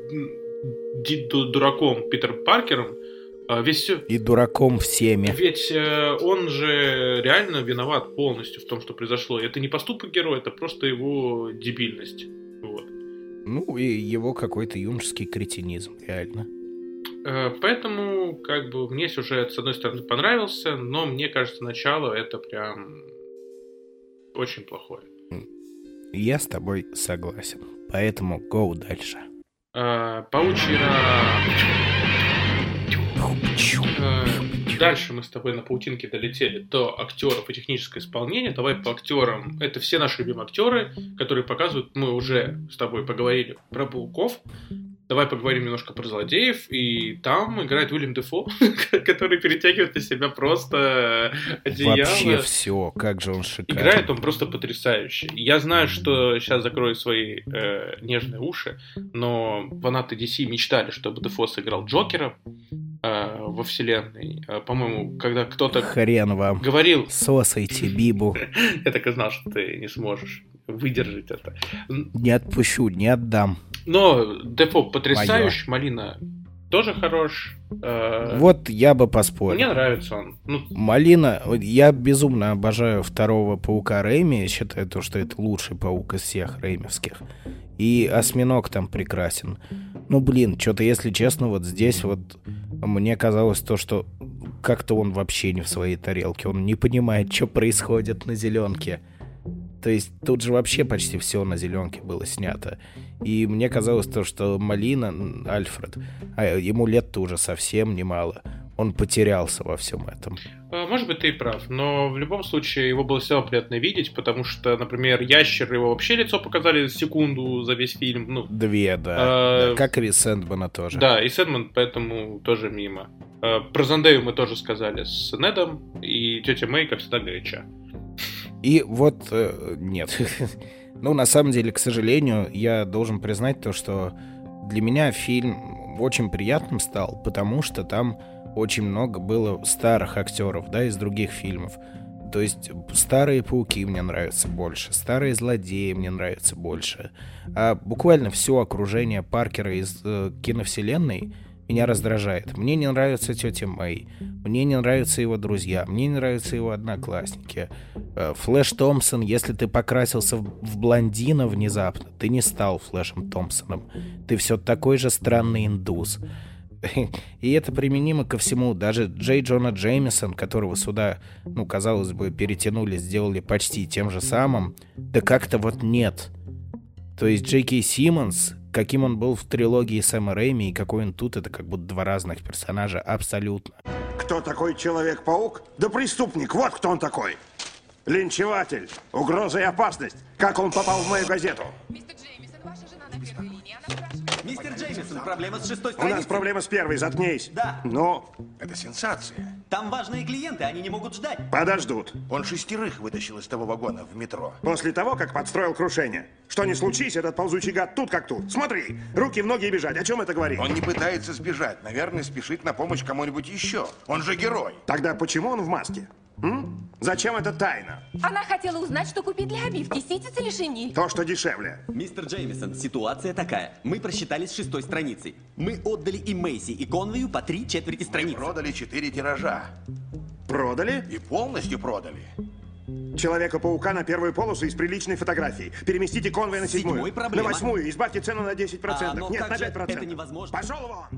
дураком Питером Паркером, э, весь все... И дураком всеми. Ведь э, он же реально виноват полностью в том, что произошло. Это не поступок героя, это просто его дебильность. Вот. Ну, и его какой-то юношеский кретинизм, реально. Поэтому, как бы, мне сюжет, с одной стороны, понравился, но мне кажется, начало это прям очень плохое. Я с тобой согласен. Поэтому go дальше. Паучья... Дальше мы с тобой на паутинке долетели до актеров и техническое исполнение. Давай по актерам. Это все наши любимые актеры, которые показывают... Мы уже с тобой поговорили про пауков. Давай поговорим немножко про злодеев. И там играет Уильям Дефо, который перетягивает на себя просто одеяло. Вообще все, как же он шикарный. Играет он просто потрясающе. Я знаю, что сейчас закрою свои э, нежные уши, но фанаты ди си мечтали, чтобы Дефо сыграл Джокера э, во вселенной. Э, по-моему, когда кто-то Хрен вам. говорил... Сосайте Бибу. Я так и знал, что ты не сможешь выдержать это. Не отпущу, не отдам. Но Дефо потрясающий, Малина тоже хорош. Э, вот я бы поспорил. Мне нравится он. Ну... Малина, я безумно обожаю второго паука Рэйми. Считаю, то, что это лучший паук из всех рэймевских. И осьминог там прекрасен. Ну, блин, что-то, если честно, вот здесь вот мне казалось то, что как-то он вообще не в своей тарелке. Он не понимает, что происходит на зеленке. То есть тут же вообще почти все на зеленке было снято. И мне казалось то, что Малина, Альфред, а ему лет-то уже совсем немало, он потерялся во всем этом. Может быть, ты и прав, но в любом случае его было все равно приятно видеть, потому что, например, Ящер, его вообще лицо показали секунду за весь фильм. Ну, Две, да. А, да. Как и Сэндмана тоже. Да, и Сэндман, поэтому тоже мимо. А, про Зендею мы тоже сказали с Недом, и тетя Мэй, как всегда, горяча. И вот э, нет. Ну, на самом деле, к сожалению, я должен признать то, что для меня фильм очень приятным стал, потому что там очень много было старых актеров, да, из других фильмов. То есть старые пауки мне нравятся больше, старые злодеи мне нравятся больше. А буквально все окружение Паркера из э, киновселенной меня раздражает. Мне не нравится тетя Мэй, мне не нравятся его друзья, мне не нравятся его одноклассники. Флэш Томпсон, если ты покрасился в блондина внезапно, ты не стал Флэшем Томпсоном. Ты все такой же странный индус. И это применимо ко всему. Даже Джей Джона Джеймисон, которого сюда, ну, казалось бы, перетянули, сделали почти тем же самым, да как-то вот нет. То есть Джей Кей Симмонс, каким он был в трилогии Сэма Рэйми и какой он тут, это как будто два разных персонажа абсолютно. Кто такой Человек-паук? Да преступник, вот кто он такой. Линчеватель, угроза и опасность. Как он попал в мою газету? Мистер Джеймисон, ваша жена на первой линии, она спрашивает... Мистер Джеймисон, проблема с шестой У страницей. нас проблема с первой, заткнись. Да. Ну, это сенсация. Там важные клиенты, они не могут ждать. Подождут. Он шестерых вытащил из того вагона в метро. После того, как подстроил крушение. Что ни случись, этот ползучий гад тут как тут. Смотри, руки в ноги и бежать. О чем это говорит? Он не пытается сбежать. Наверное, спешит на помощь кому-нибудь еще. Он же герой. Тогда почему он в маске? М? Зачем это тайна? Она хотела узнать, что купить для обивки, ситец или шиниль. То, что дешевле. Мистер Джеймисон, ситуация такая. Мы просчитались с шестой страницей. Мы отдали и Мэйси, и Конвею по три четверти страницы. Мы продали четыре тиража. Продали? И полностью продали. Человека-паука на первую полосу из приличной фотографии. Переместите Конвей на седьмую. Седьмой проблема. На восьмую. Избавьте цену на десять процентов. А, Нет, на же? пять процентов. Это невозможно. Пошел вон!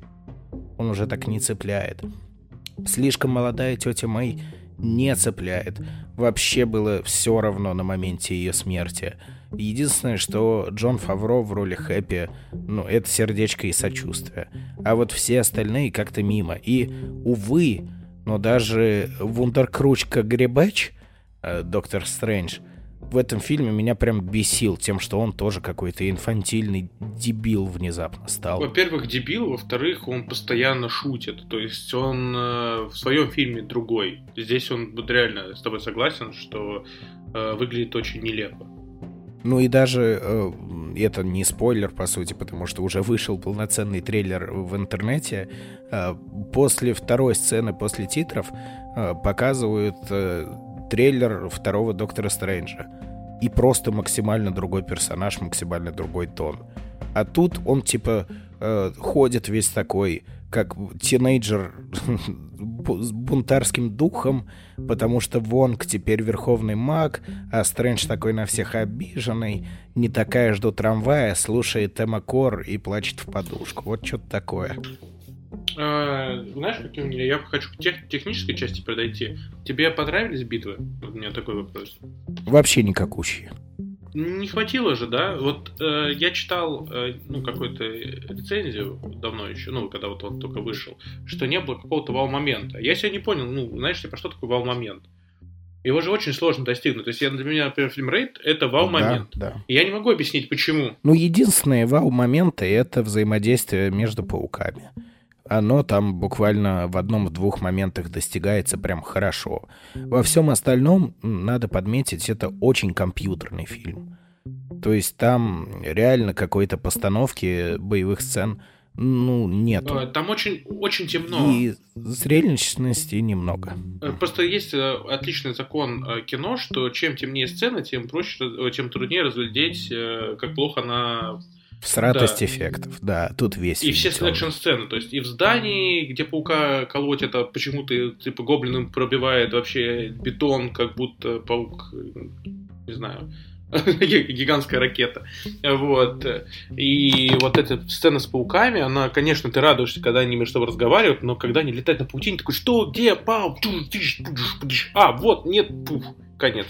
Он уже так не цепляет. Слишком молодая тетя Мэй не цепляет. Вообще было все равно на моменте ее смерти. Единственное, что Джон Фавро в роли Хэппи, ну, это сердечко и сочувствие. А вот все остальные как-то мимо. И, увы, но даже вундеркручка-гребач, э, Доктор Стрэндж, в этом фильме меня прям бесил тем, что он тоже какой-то инфантильный дебил внезапно стал. Во-первых, дебил, во-вторых, он постоянно шутит. То есть он э, в своем фильме другой. Здесь он вот реально с тобой согласен, что э, выглядит очень нелепо. Ну и даже э, это не спойлер, по сути, потому что уже вышел полноценный трейлер в интернете. Э, после второй сцены, после титров, э, показывают... Э, трейлер второго Доктора Стрэнджа. И просто максимально другой персонаж, максимально другой тон. А тут он типа э, ходит весь такой, как тинейджер с бунтарским духом, потому что Вонг теперь верховный маг, а Стрэндж такой на всех обиженный, не такая жду трамвая, слушает Эмма Кор и плачет в подушку. Вот что-то такое. А, знаешь, какие у меня... Я хочу к тех... технической части подойти. Тебе понравились битвы? Вот у меня такой вопрос. Вообще никакущие. Не хватило же, да? Вот э, я читал э, ну, какую-то рецензию давно еще, ну, когда вот он только вышел, что не было какого-то вау-момента. Я себя не понял, ну, знаешь, про что такое вау-момент? Его же очень сложно достигнуть. То есть, я, для меня, например, фильм «Рейд» — это вау-момент. Да, да. И я не могу объяснить, почему. Ну, единственные вау-моменты — это взаимодействие между пауками. Оно там буквально в одном-двух моментах достигается прям хорошо. Во всем остальном, надо подметить, это очень компьютерный фильм. То есть там реально какой-то постановки боевых сцен, ну, нету. Там очень, очень темно. И зрелищности немного. Просто есть отличный закон кино, что чем темнее сцена, тем проще, тем труднее разглядеть, как плохо она... Всратость да. эффектов, да, тут весь. И все слэкшн-сцены, то есть и в здании, где паука колоть, это почему-то типа гоблином пробивает вообще бетон, как будто паук, не знаю, гигантская ракета. Вот. И вот эта сцена с пауками, она, конечно, ты радуешься, когда они между собой разговаривают, но когда они летают на паутине, такой, что, где, паук, а, вот, нет, пух, конец.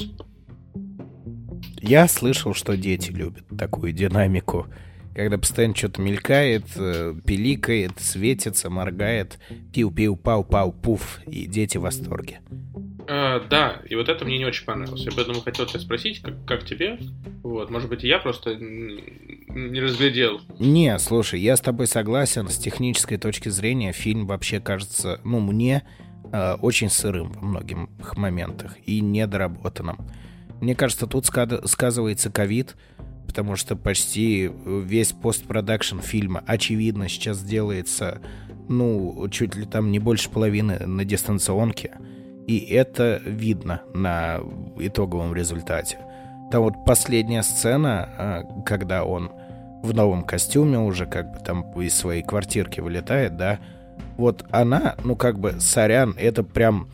Я слышал, что дети любят такую динамику. Когда постоянно что-то мелькает, пиликает, светится, моргает, пиу-пиу-пау-пау-пуф, и дети в восторге. А, да, и вот это мне не очень понравилось. Я поэтому хотел тебя спросить, как, как тебе? Вот, может быть, и я просто не разглядел. Не, слушай, я с тобой согласен. С технической точки зрения фильм вообще кажется, ну, мне э, очень сырым во многих моментах и недоработанным. Мне кажется, тут сказывается ковид, потому что почти весь постпродакшн фильма, очевидно, сейчас делается, ну, чуть ли там не больше половины на дистанционке. И это видно на итоговом результате. Там вот последняя сцена, когда он в новом костюме уже как бы там из своей квартирки вылетает, да, вот она, ну, как бы, сорян, это прям...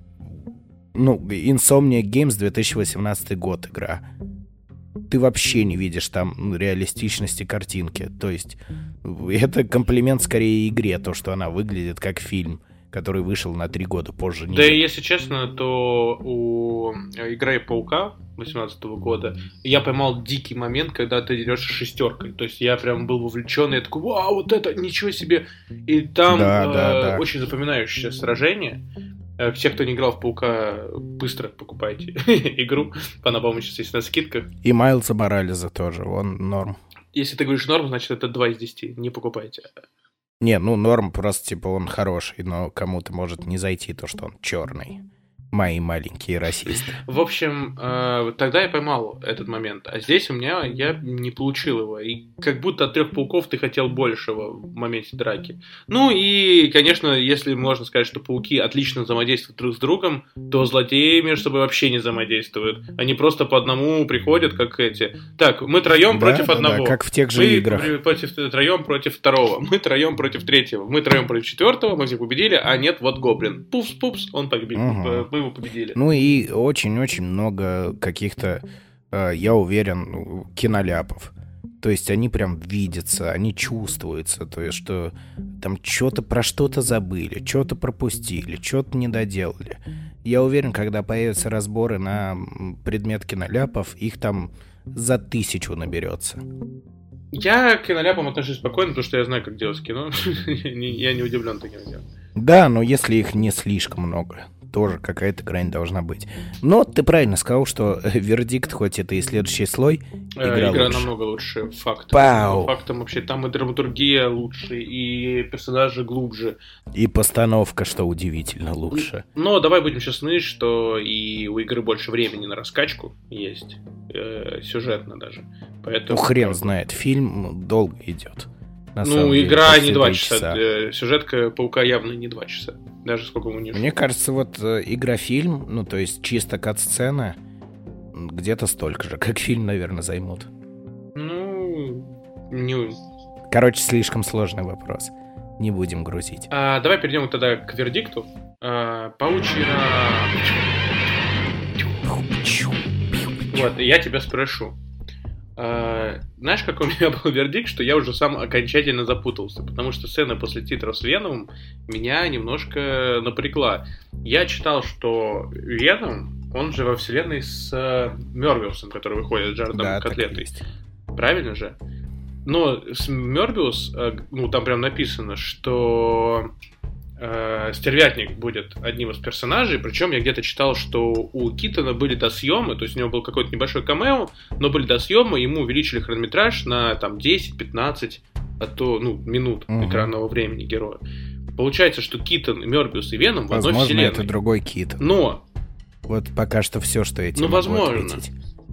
Ну, Insomniac Games две тысячи восемнадцатый год игра. Ты вообще не видишь там реалистичности картинки. То есть это комплимент скорее игре, то, что она выглядит как фильм, который вышел на три года позже. Да и если честно, то у игры Паука восемнадцатого года я поймал дикий момент, когда ты дерешься шестеркой. То есть я прям был вовлечен, и я такой, вау, вот это, ничего себе. И там да, э, да, да. очень запоминающееся сражение. Все, кто не играл в Паука, быстро покупайте игру. Она, по-моему, сейчас есть на скидках. И Майлза Моралеса тоже, он норм. Если ты говоришь норм, значит это два из десяти. Не покупайте. Не, ну норм просто, типа, он хороший, но кому-то может не зайти то, что он черный. Мои маленькие расисты. В общем, э, тогда я поймал этот момент. А здесь у меня я не получил его. И как будто от трех пауков ты хотел большего в моменте драки. Ну и, конечно, если можно сказать, что пауки отлично взаимодействуют друг с другом, то злодеи между собой вообще не взаимодействуют. Они просто по одному приходят, как эти. Так, мы троем да, против да, одного. Да, как в тех же мы играх. Против, троем против второго. Мы троем против третьего. Мы троем против четвертого. Мы всех победили, а нет, вот гоблин. Пупс-пупс, он победил. Угу. Мы победили. Ну и очень-очень много каких-то, э, я уверен, киноляпов. То есть они прям видятся, они чувствуются. То есть что там что-то про что-то забыли, что-то пропустили, что-то не доделали. Я уверен, когда появятся разборы на предмет киноляпов, их там за тысячу наберется. Я к киноляпам отношусь спокойно, потому что я знаю, как делать кино. Я не удивлен таким делом. Да, но если их не слишком много, тоже какая-то грань должна быть. Но ты правильно сказал, что вердикт, хоть это и следующий слой, игра, игра лучше. намного лучше. Факт. Пау. Фактом вообще там и драматургия лучше, и персонажи глубже. И постановка, что удивительно, лучше. Но давай будем честны, что и у игры больше времени на раскачку есть. Э, сюжетно даже. Поэтому... Ну хрен знает, фильм долго идет. На ну, игра не два часа. часа. Сюжетка Паука явно не два часа. Даже сколько ему не Мне кажется, вот игра-фильм, ну, то есть чисто кат-сцена, где-то столько же, как фильм, наверное, займут. Ну, не... Короче, слишком сложный вопрос. Не будем грузить. А, давай перейдем тогда к вердикту. А, Паучья... Вот, я тебя спрошу. Uh, знаешь, какой у меня был вердикт, что я уже сам окончательно запутался, потому что сцена после титров с Веномом меня немножко напрягла. Я читал, что Веном, он же во вселенной с uh, Мёрбиусом, который выходит с Джаредом да, Котлетой. Правильно же? Но с Мёрбиус, uh, ну там прям написано, что uh, Стервятник будет одним из персонажей, причем я где-то читал, что у Китона были досъемы, то есть у него был какой-то небольшой камео, но были досъемы, ему увеличили хронометраж на там десять-пятнадцать, а то, ну, минут угу. экранного времени героя. Получается, что Китон, Мёрбиус и Веном в одной возможно, вселенной. Возможно, это другой Китон. Но... Вот пока что все, что я тебе ну, могу возможно. ответить.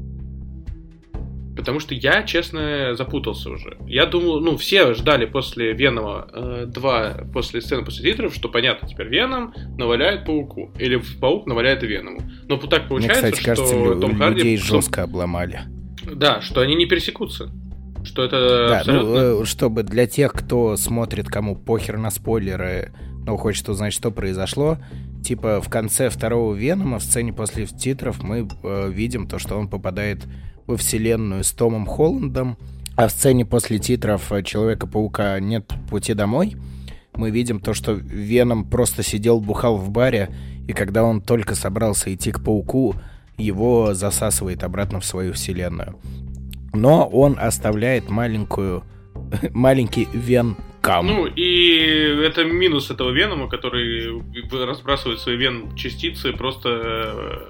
Потому что я, честно, запутался уже. Я думал, ну, все ждали после Венома э, два, после сцены после титров, что понятно, теперь Веном наваляет Пауку. Или Паук наваляет Веному. Но так получается, Мне, кстати, что кажется, Том Харди... людей что... жестко обломали. Да, что они не пересекутся. Что это да, абсолютно... ну, чтобы для тех, кто смотрит, кому похер на спойлеры, но хочет узнать, что произошло, типа в конце второго Венома, в сцене после титров, мы э, видим то, что он попадает во вселенную с Томом Холландом, а в сцене после титров Человека-паука «Нет пути домой» мы видим то, что Веном просто сидел, бухал в баре, и когда он только собрался идти к Пауку, его засасывает обратно в свою вселенную. Но он оставляет маленькую, маленький Вен-кам. Ну, и это минус этого Венома, который разбрасывает свои вен-частицы просто...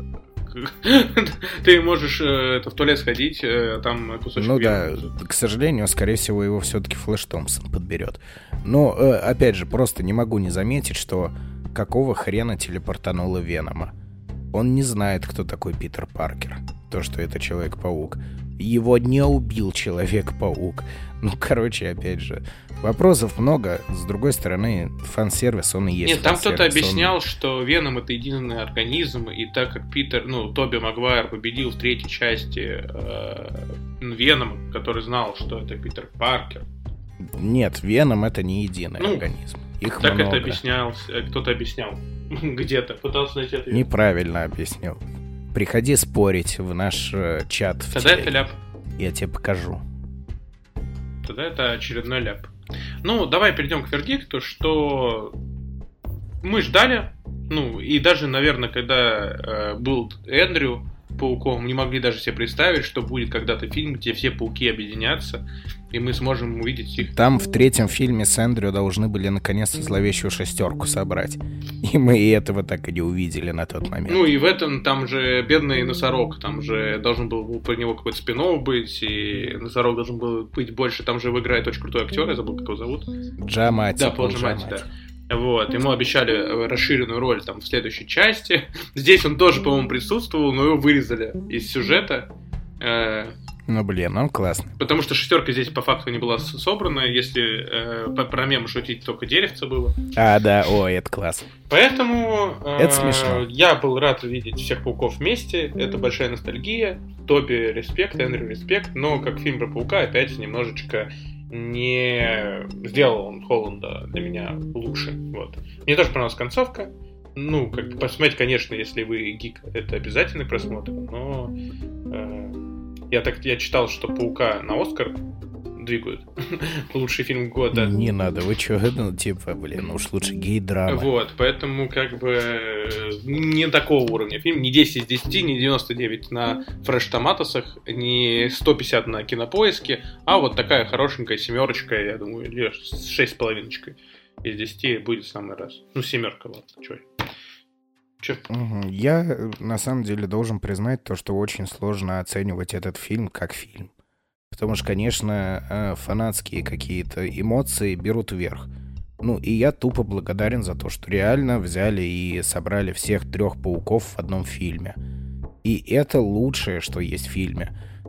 Ты можешь это, в туалет сходить, там кусочек Ну вены. Да, к сожалению, скорее всего, его все-таки Флэш Томпсон подберет. Но, опять же, просто не могу не заметить, что какого хрена телепортануло Венома. Он не знает, кто такой Питер Паркер. То, что это Человек-паук. Его не убил Человек-паук. Ну, короче, опять же, вопросов много. С другой стороны, фан-сервис, он и есть. Нет, там кто-то объяснял, он... что Веном — это единый организм, и так как Питер, ну, Тоби Магуайр победил в третьей части э, Венома, который знал, что это Питер Паркер. Нет, Веном — это не единый ну, организм. Их так много. Это объяснял, кто-то объяснял где-то, пытался найти ответ. Неправильно объяснил. Приходи спорить в наш э, чат. Тогда это ляп. Я тебе покажу. Тогда это очередной ляп. Ну, давай перейдем к вердикту, что мы ждали, ну, и даже, наверное, когда э, был Эндрю Пауком, не могли даже себе представить, что будет когда-то фильм, где все пауки объединятся, и мы сможем увидеть их. Там в третьем фильме с Эндрю должны были наконец-то зловещую шестерку собрать. И мы и этого так и не увидели на тот момент. Ну и в этом там же бедный носорог, там же должен был про него какой-то спин-офф быть, и носорог должен был быть больше, там же его играет очень крутой актер, я забыл, как его зовут. Джамати. Да, Пол Джамати, да. Вот, ему обещали расширенную роль там в следующей части. Здесь он тоже, по-моему, присутствовал, но его вырезали из сюжета. Ну, блин, он классный. Потому что шестерка здесь по факту не была собрана, если э, про мем шутить, только деревце было. А, да, о, это класс. Поэтому э, это смешно. Я был рад видеть всех пауков вместе. Это большая ностальгия. Тоби респект, Эндрю респект. Но как фильм про паука опять немножечко не сделал он Холланда для меня лучше. Вот. Мне тоже понравилась концовка. Ну, как посмотреть, конечно, если вы гик, это обязательный просмотр. Но э, я так я читал, что Паука на Оскар двигают. Лучший фильм года. Не надо, вы чё, ну, типа, блин, уж лучше гей-драма. Вот, поэтому, как бы, не такого уровня фильм. Не десять из десяти, не девяносто девять на Фреш Томатосах, не сто пятьдесят на Кинопоиске, а вот такая хорошенькая семерочка, я думаю, или с шесть с половиночкой из десяти будет в самый раз. Ну, семерка, ладно, чё. Чё? Я, на самом деле, должен признать то, что очень сложно оценивать этот фильм как фильм. Потому что, конечно, фанатские какие-то эмоции берут вверх. Ну, и я тупо благодарен за то, что реально взяли и собрали всех трех пауков в одном фильме. И это лучшее, что есть в фильме.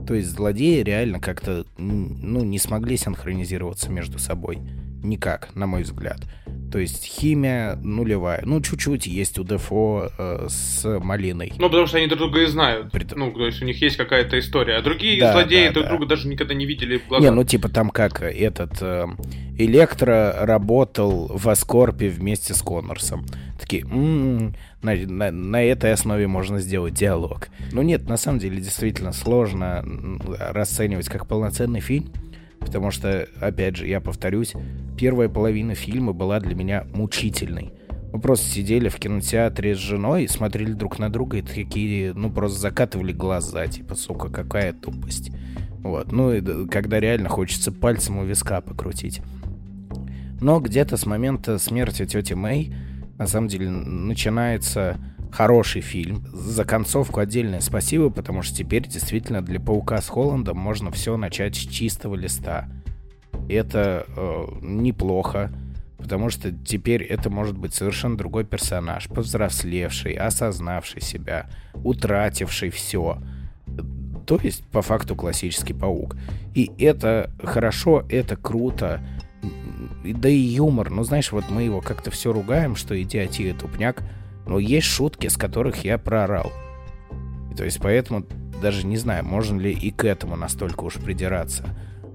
То есть злодеи реально как-то, ну, не смогли синхронизироваться между собой. Никак, на мой взгляд. То есть химия нулевая. Ну, чуть-чуть есть у Дефо э, с Малиной. Ну, потому что они друг друга и знают. При... Ну, то есть у них есть какая-то история. А другие да, злодеи да, друг да. друга даже никогда не видели в глаза. Не, ну типа там как этот э, Электро работал в Аскорпе вместе с Коннорсом. Такие, м-м, на, на, на этой основе можно сделать диалог. Ну нет, на самом деле действительно сложно расценивать как полноценный фильм. Потому что, опять же, я повторюсь, первая половина фильма была для меня мучительной. Мы просто сидели в кинотеатре с женой, смотрели друг на друга и такие, ну, просто закатывали глаза, типа, сука, какая тупость. Вот, ну, и когда реально хочется пальцем у виска покрутить. Но где-то с момента смерти тети Мэй, на самом деле, начинается хороший фильм. За концовку отдельное спасибо, потому что теперь действительно для Паука с Холландом можно все начать с чистого листа. Это э, неплохо, потому что теперь это может быть совершенно другой персонаж, повзрослевший, осознавший себя, утративший все. То есть, по факту, классический Паук. И это хорошо, это круто. Да и юмор. Ну, знаешь, вот мы его как-то все ругаем, что идиотия, тупняк. Но есть шутки, с которых я проорал. И то есть поэтому даже не знаю, можно ли и к этому настолько уж придираться.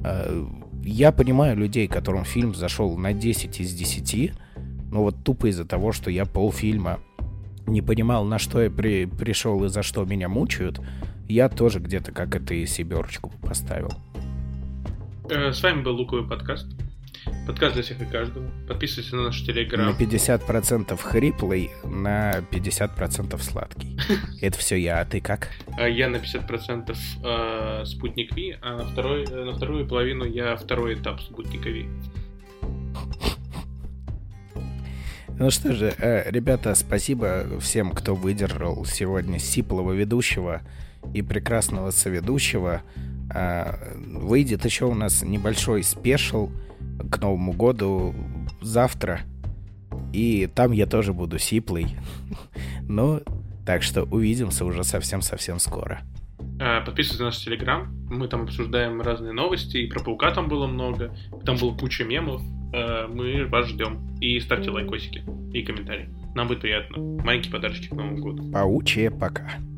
Я понимаю людей, которым фильм зашел на десять из десяти, но вот тупо из-за того, что я полфильма не понимал, на что я при, пришел и за что меня мучают, я тоже где-то как это и семерочку поставил. С вами был Луковый подкаст. Подкаст для всех и каждого. Подписывайтесь на наш телеграм. На пятьдесят процентов хриплый, на пятьдесят процентов сладкий. Это все я, а ты как? Я на пятьдесят процентов э, Спутник Ви, а на, второй, на вторую половину я второй этап Спутника Ви. Ну что же, э, ребята, спасибо всем, кто выдержал сегодня сиплого ведущего и прекрасного соведущего. Э, выйдет еще у нас небольшой спешл к Новому году завтра. И там я тоже буду сиплый. Ну, так что увидимся уже совсем-совсем скоро. Подписывайтесь на наш телеграм. Мы там обсуждаем разные новости. И про Паука там было много. Там было куча мемов. Мы вас ждем. И ставьте лайкосики и комментарии. Нам будет приятно. Маленький подарочек к Новому году. Паучье пока.